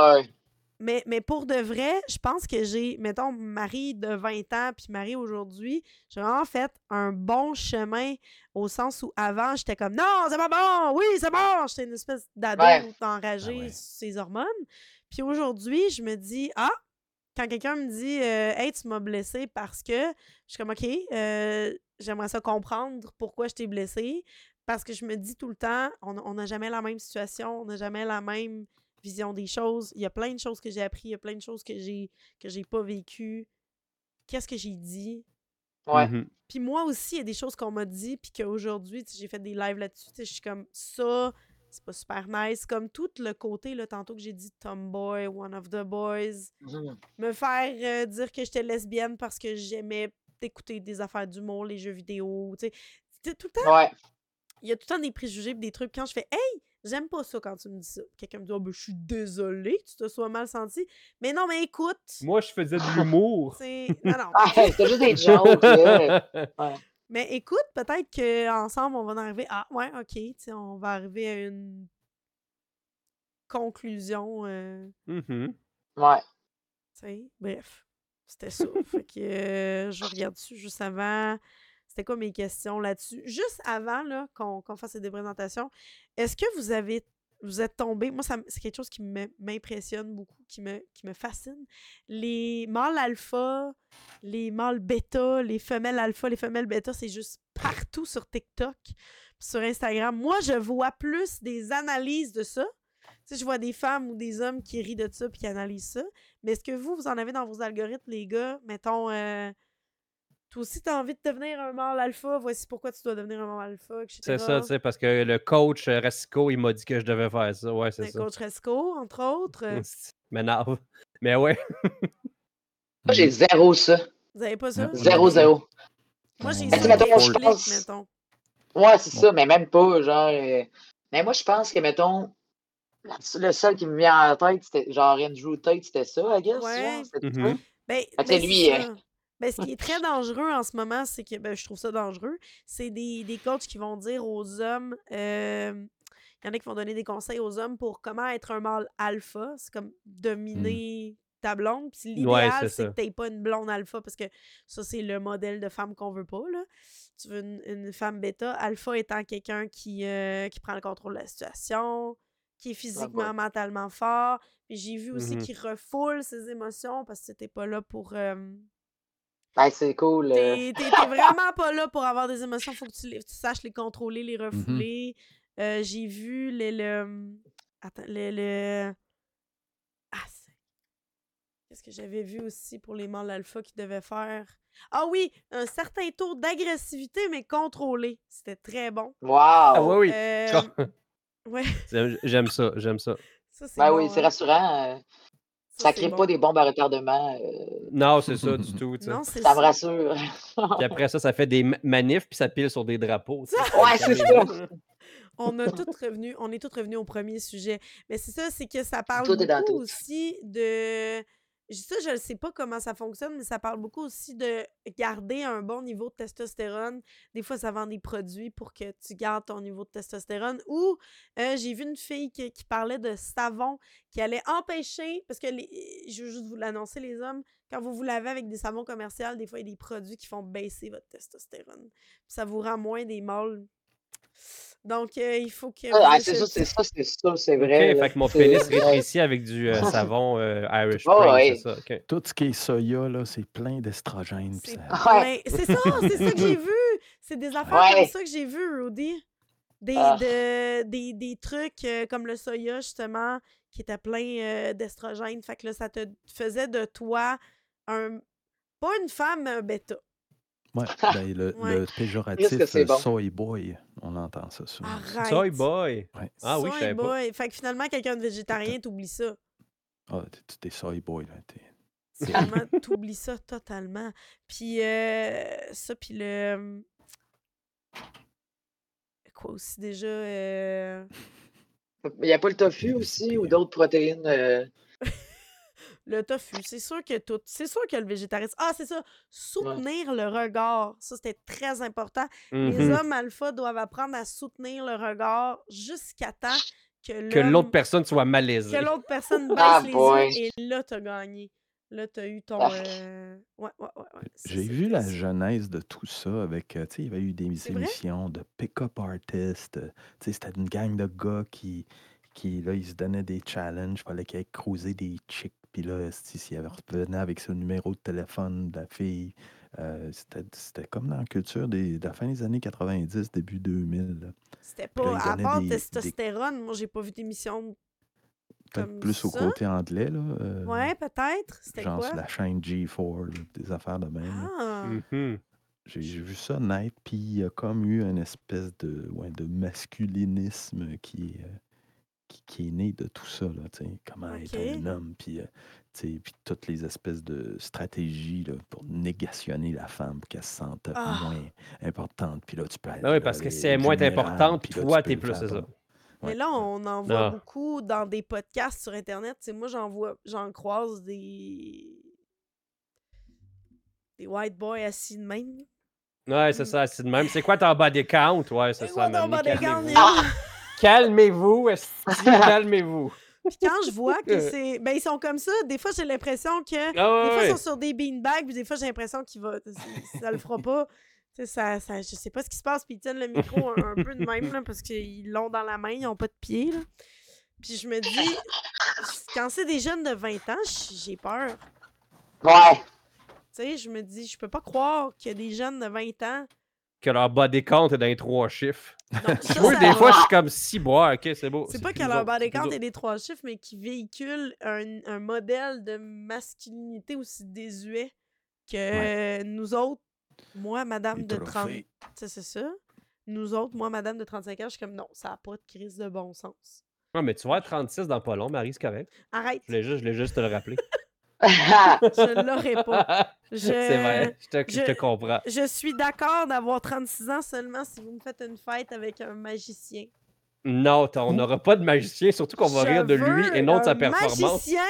Mais pour de vrai, je pense que j'ai, mettons, Marie de 20 ans puis Marie aujourd'hui, j'ai vraiment fait un bon chemin au sens où avant, j'étais comme « Non, c'est pas bon! Oui, c'est bon! » J'étais une espèce d'ado enragée sur ses hormones. Puis aujourd'hui, je me dis « Ah! » Quand quelqu'un me dit « Hey, tu m'as blessée parce que... » Je suis comme « OK, j'aimerais ça comprendre pourquoi je t'ai blessée. » Parce que je me dis tout le temps, on n'a jamais la même situation, on n'a jamais la même vision des choses. Il y a plein de choses que j'ai appris, il y a plein de choses que j'ai pas vécues. Qu'est-ce que j'ai dit? Ouais. Puis moi aussi, il y a des choses qu'on m'a dit, puis qu'aujourd'hui, j'ai fait des lives là-dessus, je suis comme ça, c'est pas super nice. Comme tout le côté, là, tantôt que j'ai dit tomboy, one of the boys, me faire dire que j'étais lesbienne parce que j'aimais écouter des affaires d'humour, les jeux vidéo, tu sais. Tout le temps, il y a tout le temps des préjugés, des trucs. Quand je fais « Hey! » J'aime pas ça quand tu me dis ça. Quelqu'un me dit « Oh, ben, je suis désolée que tu te sois mal senti. » Mais non, mais écoute. Moi, je faisais de l'humour. Non. C'était juste des jokes, là. Ouais. Mais écoute, peut-être qu'ensemble, on va arriver à... Ouais, OK. On va arriver à une conclusion. Ouais. Bref. C'était ça. Fait que je regarde dessus juste avant. C'était quoi mes questions là-dessus? Juste avant là, qu'on fasse ces présentations, est-ce que vous êtes tombé? Moi, c'est quelque chose qui m'impressionne beaucoup, qui me fascine. Les mâles alpha, les mâles bêta, les femelles alpha, les femelles bêta, c'est juste partout sur TikTok, sur Instagram. Moi, je vois plus des analyses de ça. Tu sais, je vois des femmes ou des hommes qui rient de ça puis qui analysent ça. Mais est-ce que vous en avez dans vos algorithmes, les gars? Mettons... toi aussi, t'as envie de devenir un mâle alpha, voici pourquoi tu dois devenir un mâle alpha, etc. C'est ça, tu sais, parce que le coach Rasico, il m'a dit que je devais faire ça. Ouais, c'est ça. Le coach Resco, entre autres. M'énerve. Mais ouais. Moi, j'ai zéro ça. Vous avez pas ça? Zéro. Moi, j'ai Mais ça. mettons, je pense... mettons. Ouais, c'est ça, mais même pas, genre... Mais moi, je pense que, mettons, le seul qui me vient en tête, c'était genre Andrew Tate, c'était ça, I guess. Ouais. Genre, Ben, lui... Ben, ce qui est très dangereux en ce moment, c'est que, je trouve ça dangereux, c'est des coachs qui vont dire aux hommes, il y en a qui vont donner des conseils aux hommes pour comment être un mâle alpha, c'est comme dominer ta blonde, puis l'idéal, c'est que t'aies pas une blonde alpha, parce que ça, c'est le modèle de femme qu'on veut pas, là. Tu veux une femme bêta, alpha étant quelqu'un qui prend le contrôle de la situation, qui est physiquement, mentalement fort, puis j'ai vu aussi qu'il refoule ses émotions, parce que t'es pas là pour... c'est cool. T'es vraiment pas là pour avoir des émotions. Faut que tu saches les contrôler, les refouler. J'ai vu Attends, qu'est-ce que j'avais vu aussi pour les mâles alpha qui devaient faire? Ah oui, un certain taux d'agressivité, mais contrôlé. C'était très bon. Wow! Ah oui. Ouais. J'aime ça. Ça, c'est bon, bon, oui, c'est rassurant. Ça crée pas des bombes à retardement. Non, c'est ça du tout. Non, ça me rassure. Puis après ça fait des manifs, puis ça pile sur des drapeaux. Ouais, c'est ça. On est tous revenus au premier sujet. Mais c'est ça, c'est que ça parle beaucoup aussi de... Ça, je ne sais pas comment ça fonctionne, mais ça parle beaucoup aussi de garder un bon niveau de testostérone. Des fois, ça vend des produits pour que tu gardes ton niveau de testostérone. Ou j'ai vu une fille qui parlait de savon qui allait empêcher, parce que je veux juste vous l'annoncer, les hommes, quand vous lavez avec des savons commerciaux, des fois, il y a des produits qui font baisser votre testostérone. Puis ça vous rend moins des mâles. Donc, il faut que... c'est vrai. OK, fait que mon pénis rétrécit avec du savon Irish Spring, c'est ça. Okay. Tout ce qui est soya, là, c'est plein d'estrogènes. C'est ça que j'ai vu. C'est des affaires comme ça que j'ai vu, Rudy. Des trucs comme le soya, justement, qui était plein d'estrogène. Fait que là, ça te faisait de toi pas une femme, mais un bêta. Ouais, ben Ouais. le Qu'est-ce que péjoratif c'est bon? soy boy, on entend ça souvent. Arrête! Soy boy. Ouais. Ah oui, je Soy savais pas. boy. Fait que finalement, quelqu'un de végétarien, t'oublies ça. Ah, t'es soy boy, là. Finalement, t'oublies ça totalement. Puis ça, puis le... Quoi aussi déjà? Il n'y a pas le tofu Le aussi ou CPM. d'autres protéines? Le tofu, c'est sûr que tout. C'est sûr que le végétarisme. Ah, c'est ça. Soutenir le regard. Ça, c'était très important. Les Mhm. hommes alpha doivent apprendre à soutenir le regard jusqu'à temps que Que l'autre l'homme. personne soit malaisée. Que l'autre personne baisse Ah les boy! yeux et là, t'as gagné. Là, t'as eu ton. Ah. Ouais. Ça, J'ai vu c'était la ça. genèse de tout ça avec, tu sais, il y avait eu des C'est vrai? émissions de pick-up artists. Tu sais, c'était une gang de gars qui là, ils se donnaient des challenges. Il fallait qu'ils aillent cruiser des chicks. Puis là, s'il revenait avec son numéro de téléphone de la fille, c'était comme dans la culture de la fin des années 90, début 2000. Là. C'était Puis là, pas. ils À donnaient part des testostérone, moi, j'ai pas vu d'émission peut-être comme plus au ça. côté anglais, là. Ouais, peut-être. C'était Genre sur quoi? la chaîne G4, là, des affaires de même. Là. Ah! Mhm. J'ai vu ça naître, puis il y a comme eu une espèce de masculinisme qui est né de tout ça, là, tu sais, comment être Ok. un homme, puis puis toutes les espèces de stratégies là, pour négationner la femme pour qu'elle se sente Ah! moins importante. Puis là, tu peux Ben oui, là, parce que elle si est elle est moins vulnérable, importante, puis là, toi, tu peux t'es le plus, faire c'est ça. pas. Mais Ouais, là, ouais. on en voit Ah. beaucoup dans des podcasts sur Internet. Tu sais, moi, j'en croise des white boys assis de même. Ouais, c'est ça, c'est de même. C'est quoi ton body count? Ouais, c'est C'est ça, quoi ton man. body count, Calmez-vous. Néo? Calmez-vous, esti, calmez-vous. Puis quand je vois que c'est... Ben, ils sont comme ça. Des fois, j'ai l'impression que... Ah Des fois, ils ouais. sont sur des beanbags, puis des fois, j'ai l'impression qu'il va... Ça le fera pas. Tu sais, ça, je sais pas ce qui se passe, puis ils tiennent le micro un peu de même, là, parce qu'ils l'ont dans la main, ils ont pas de pied, là. Puis je me dis, quand c'est des jeunes de 20 ans, j'ai peur. Ouais. Tu sais, je me dis, je peux pas croire qu'il y a des jeunes de 20 ans. Que leur body count est dans les 3 chiffres. Non, ça, Moi, ça- des fois, je suis comme 6 bois, ok, c'est beau. C'est pas plus que nous leur autres, body c'est plus count nous est autres. des 3 chiffres, mais qui véhicule un modèle de masculinité aussi désuet que nous autres, moi, madame Les de 30... trophées. C'est ça. Nous autres, moi, madame de 35 ans, je suis comme, non, ça n'a pas de crise de bon sens. Ouais, mais tu vas être 36 dans pas long, Marie, c'est correct. Arrête, Je voulais juste te le rappeler. je l'aurais pas. C'est vrai, je te comprends. Je suis d'accord d'avoir 36 ans seulement si vous me faites une fête avec un magicien. Non, on n'aura pas de magicien, surtout qu'on va rire de lui et non de sa performance. Magicien!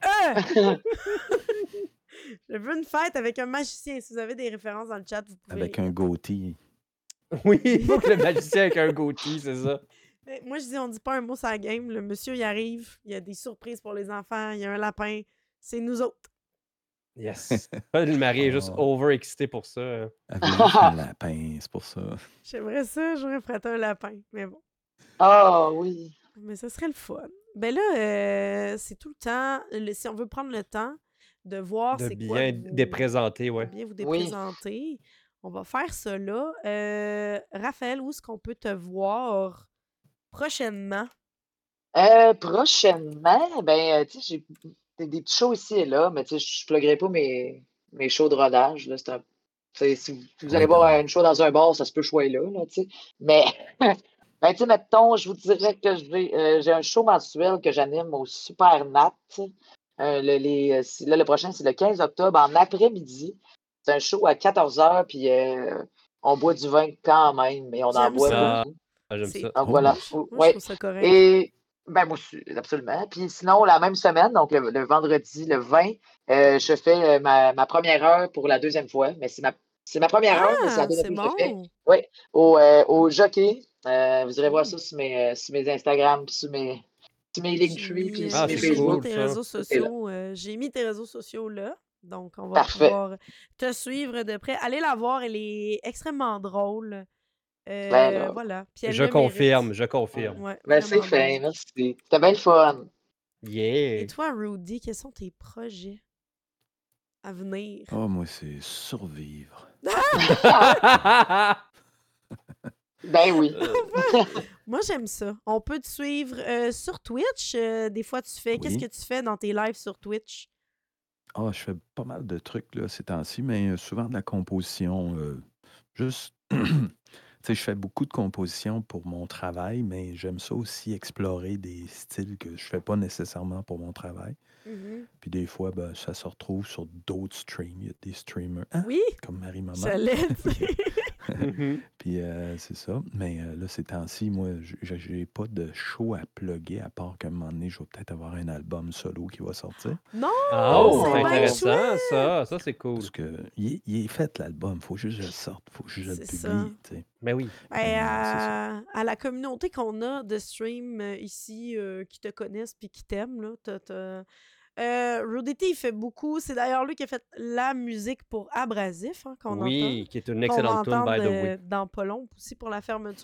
Je veux une fête avec un magicien. Si vous avez des références dans le chat, vous pouvez... Avec un goatee. Oui, il faut que le magicien avec un goatee, c'est ça. Mais moi, je dis, on dit pas un mot sur la game. Le monsieur, il arrive. Il y a des surprises pour les enfants. Il y a un lapin. C'est nous autres. Yes. Le mari est juste Oh. overexcité pour ça. Avec un lapin, c'est pour ça. J'aimerais ça, j'aurais prêté un lapin. Mais bon. Ah oui. Mais ça serait le fun. Ben là, c'est tout le temps... si on veut prendre le temps de voir De c'est quoi... bien déprésenter, de ouais. bien vous Oui. déprésenter. On va faire ça là. Raphaël, où est-ce qu'on peut te voir prochainement? Prochainement, ben, tu sais, j'ai des petits shows ici et là, mais tu sais, je pluggerai pas mes shows de rodage. Là, tu sais, si vous allez voir une show dans un bar, ça se peut choisir là, tu sais. Mais, ben, tu sais, mettons, je vous dirais que j'ai un show mensuel que j'anime au Super Nat. Là, le prochain, c'est le 15 octobre, en après-midi. C'est un show à 14h, puis on boit du vin quand même, mais on en J'aime boit ça. beaucoup. Ah, j'aime C'est- ça. Donc voilà. Moi, je Ouais. trouve ça correct. Et ben moi aussi, absolument. Puis sinon, la même semaine, donc le vendredi, le 20, je fais ma première heure pour la deuxième fois. Mais c'est ma première heure, mais c'est la Ah, deuxième c'est fois que je le fais. bon. Oui, au Jockey. Vous irez voir ça sur mes Instagram, puis sur mes Linktree, puis sur mes c'est j'ai mis cool, Facebook. tes ça. réseaux C'est là. sociaux. J'ai mis tes réseaux sociaux là. Donc, on va Parfait. pouvoir te suivre de près. Allez la voir, elle est extrêmement drôle. Ben là. Voilà. Puis elle Je le confirme, mérite. je confirme. Ouais, Ben c'est vraiment fin, drôle. merci. C'était bien le fun. Yeah! Et toi, Rudy, quels sont tes projets à venir? Oh, moi, c'est survivre. Ben oui. Moi, j'aime ça. On peut te suivre sur Twitch. Des fois, qu'est-ce que Oui. tu fais dans tes lives sur Twitch? Je fais pas mal de trucs là, ces temps-ci, mais souvent de la composition. Juste, tu sais, je fais beaucoup de composition pour mon travail, mais j'aime ça aussi explorer des styles que je fais pas nécessairement pour mon travail. Mhm. Puis des fois, ben, ça se retrouve sur d'autres streams. Il y a des streamers, Oui, comme Marie-Maman. j'allais dire. Puis c'est ça. Mais là, ces temps-ci, moi, j'ai pas de show à plugger, à part qu'à un moment donné, je vais peut-être avoir un album solo qui va sortir. Non, Oh, c'est c'est bien intéressant, chouette! ça c'est cool. Parce que il est fait, l'album. Faut juste que je le sorte. Faut juste que je le C'est ça. publie. Tu sais. Ben oui. Ben, Mais c'est ça. à la communauté qu'on a de stream ici, qui te connaissent puis qui t'aiment, là, Rudity, il fait beaucoup. C'est d'ailleurs lui qui a fait la musique pour Abrasif, hein, qu'on entend. Oui, qui est une Qu'on va excellente tune, by the way. entendre dans pas long aussi pour la fermeture.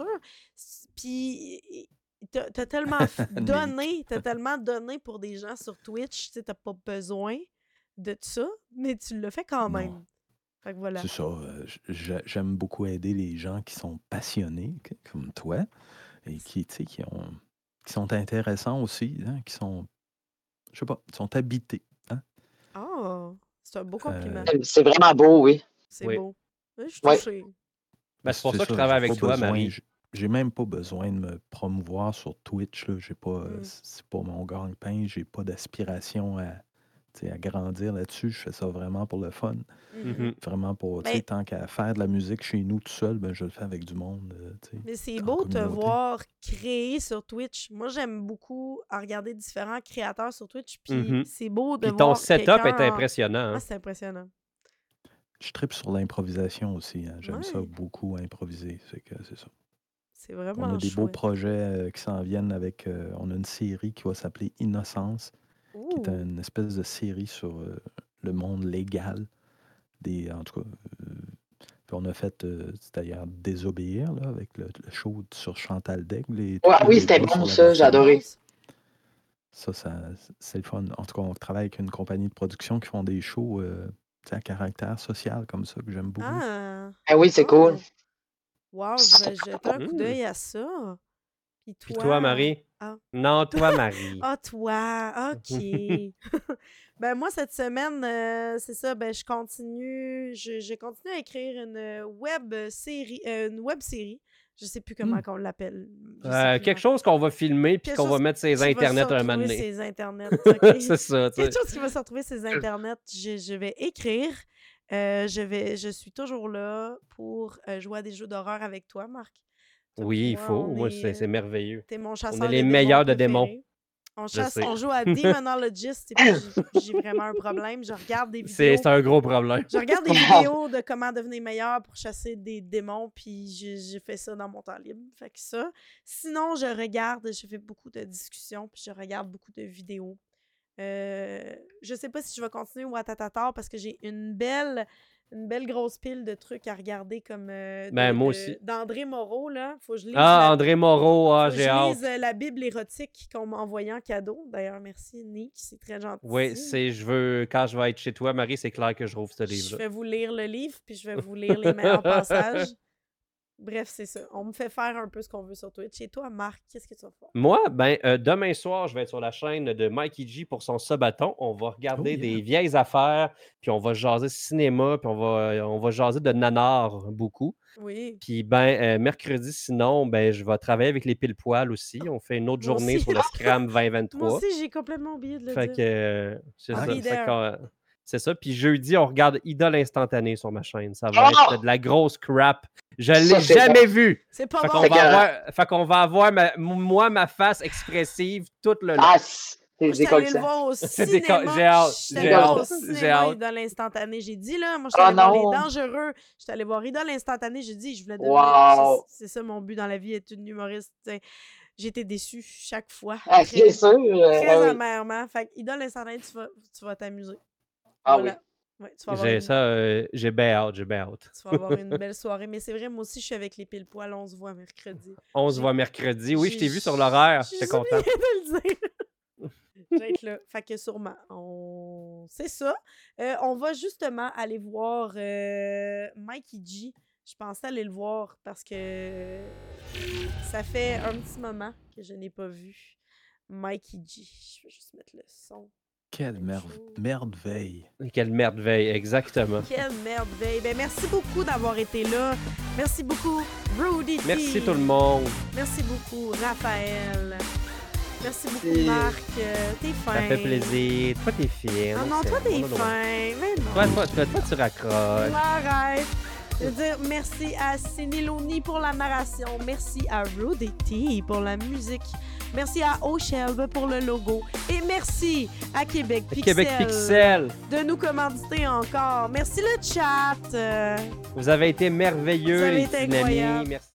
Puis, t'as tellement donné, t'as tellement donné pour des gens sur Twitch, tu sais, t'as pas besoin de ça, mais tu le fais quand Non. même. Fait que voilà. C'est ça. J'aime beaucoup aider les gens qui sont passionnés, comme toi, et qui, tu sais, qui sont intéressants aussi, hein, qui sont, je sais pas, qui sont habités. Hein. Oh, c'est un beau compliment. C'est vraiment beau, oui. C'est Oui. beau. Je suis Ouais. touchée. Ben, c'est pour ça que je ça, travaille j'ai avec pas toi, besoin, Marie. j'ai même pas besoin de me promouvoir sur Twitch. Là. J'ai pas, Mm. c'est pas mon gagne-pain. J'ai pas d'aspiration à grandir là-dessus. Je fais ça vraiment pour le fun. Mhm. Vraiment pour, Mais- tant qu'à faire de la musique chez nous tout seul, ben, je le fais avec du monde. Tu sais, Mais c'est en beau de te communauté. voir créer sur Twitch. Moi, j'aime beaucoup à regarder différents créateurs sur Twitch. Puis Mhm. c'est beau de Puis ton voir setup est quelqu'un en- impressionnant. Ah, Hein? c'est impressionnant. Je tripe sur l'improvisation aussi. Hein. J'aime ça Ouais. beaucoup improviser. C'est ça. C'est On a vraiment des beaux chouette. projets qui s'en viennent avec. On a une série qui va s'appeler Innocence, qui est Ouh. une espèce de série sur le monde légal. En tout cas, puis on a fait, d'ailleurs, Désobéir là, avec le show sur Chantal Daigle. Et Ouais, tous oui, les c'était gars bon, sur ça, j'ai l'avortement. adoré. Ça, c'est le fun. En tout cas, on travaille avec une compagnie de production qui font des shows à caractère social comme ça, que j'aime beaucoup. Ah. Ah oui, c'est cool. Wow, je vais jeter un coup Mm. d'œil à ça. Puis Puis toi... toi, Marie? Ah. Non, toi, Marie. Ah, toi, OK. Ben moi, cette semaine, c'est ça, ben je continue à écrire une web série. Je sais plus comment qu'on l'appelle. Je sais plus, Quelque moi. chose qu'on va filmer puis Quelque qu'on va chose mettre sur les qui va internets se un moment retrouver donné. sur les internets, OK? C'est ça, tu sais. Quelque chose qui va se retrouver sur les internets. Je vais écrire. Je suis toujours là pour jouer à des jeux d'horreur avec toi, Marc. Toi puis Oui, il moi, faut. on Moi, est, c'est merveilleux. t'es mon On chasseur est les de meilleurs de démons démons. préféré. Je On sais. joue à Demonologist et puis j'ai vraiment un problème. Je regarde des vidéos. C'est un gros problème. Je regarde des vidéos de comment devenir meilleur pour chasser des démons, puis je fais ça dans mon temps libre. Fait que ça. Sinon, je fais beaucoup de discussions, puis je regarde beaucoup de vidéos. Je sais pas si je vais continuer Watatata parce que j'ai une belle grosse pile de trucs à regarder comme Ben, moi aussi. d'André Moreau, là. Faut que je lise André Moreau, faut que j'ai je hâte. lise la Bible érotique qu'on m'a envoyée en cadeau. D'ailleurs, merci Nick, c'est très gentil. Oui, quand je vais être chez toi, Marie, c'est clair que je rouvre ce Je livre-là. vais vous lire le livre, puis je vais vous lire les meilleurs passages. Bref, c'est ça. On me fait faire un peu ce qu'on veut sur Twitch. Et toi, Marc, qu'est-ce que tu vas faire? Moi, demain soir, je vais être sur la chaîne de Mikey G pour son subathon. On va regarder Oh, yeah. des vieilles affaires, puis on va jaser cinéma, puis on va jaser de nanar beaucoup. Oui. Puis mercredi, sinon, je vais travailler avec les pile-poils aussi. On fait une autre Moi journée aussi. sur le Scram Moi 2023. aussi, j'ai complètement oublié de le Fait dire. que c'est I'll ça. be there. C'est ça. Puis jeudi, on regarde Idole instantanée sur ma chaîne. Ça va être de la grosse crap. Je Ça, l'ai c'est jamais bon. vu. C'est pas Fait bon. qu'on fait qu'on va avoir ma face expressive tout le long. Ah, c'est Moi, je suis allée le décollissant. voir au C'est cinéma. j'ai hâte, Je suis j'ai allée voir au hâte, j'ai cinéma hâte. Idole instantanée. J'ai dit, là, moi, je suis Oh allée voir Les non! Dangereux. Je suis allée voir Idole instantanée. J'ai dit, je voulais devenir... Wow! C'est ça mon but dans la vie, être une humoriste. T'sais. J'ai été déçue chaque fois. Ah, c'est sûr. Très ah oui. amèrement. Fait que Idole instantanée, tu vas t'amuser. Ah Voilà. Ouais, tu vas avoir J'ai une- ça, j'ai bien hâte, j'ai bien hâte. Tu vas avoir une belle soirée. Mais c'est vrai, moi aussi, je suis avec les pile-poils. On se voit mercredi. On se J'ai- voit mercredi. Oui, je t'ai j'ai- vu sur l'horaire. j'ai J'étais content. oublié de le dire. Je vais être là. Fait que sûrement. C'est ça. On va justement aller voir Mikey G je pensais aller le voir parce que ça fait un petit moment que je n'ai pas vu Mikey G. Je vais juste mettre le son. Quelle merveille. Quelle merveille, exactement. Quelle merveille. Ben, merci beaucoup d'avoir été là. Merci beaucoup, Rudy T. Merci tout le monde. Merci beaucoup, Raphaël. Merci beaucoup, Marc. T'es fin. Ça fait plaisir. Toi, t'es fier. Ah non, toi, t'es fin. Mais non. Toi, tu raccroches. Arrête. Je veux dire merci à Cinéloni pour la narration. Merci à Rudy T pour la musique. Merci à O'Shelve pour le logo. Et merci à Québec Pixel, de nous commanditer encore. Merci le chat. Vous avez été merveilleux, Vous avez les été petits amis. incroyables. Merci.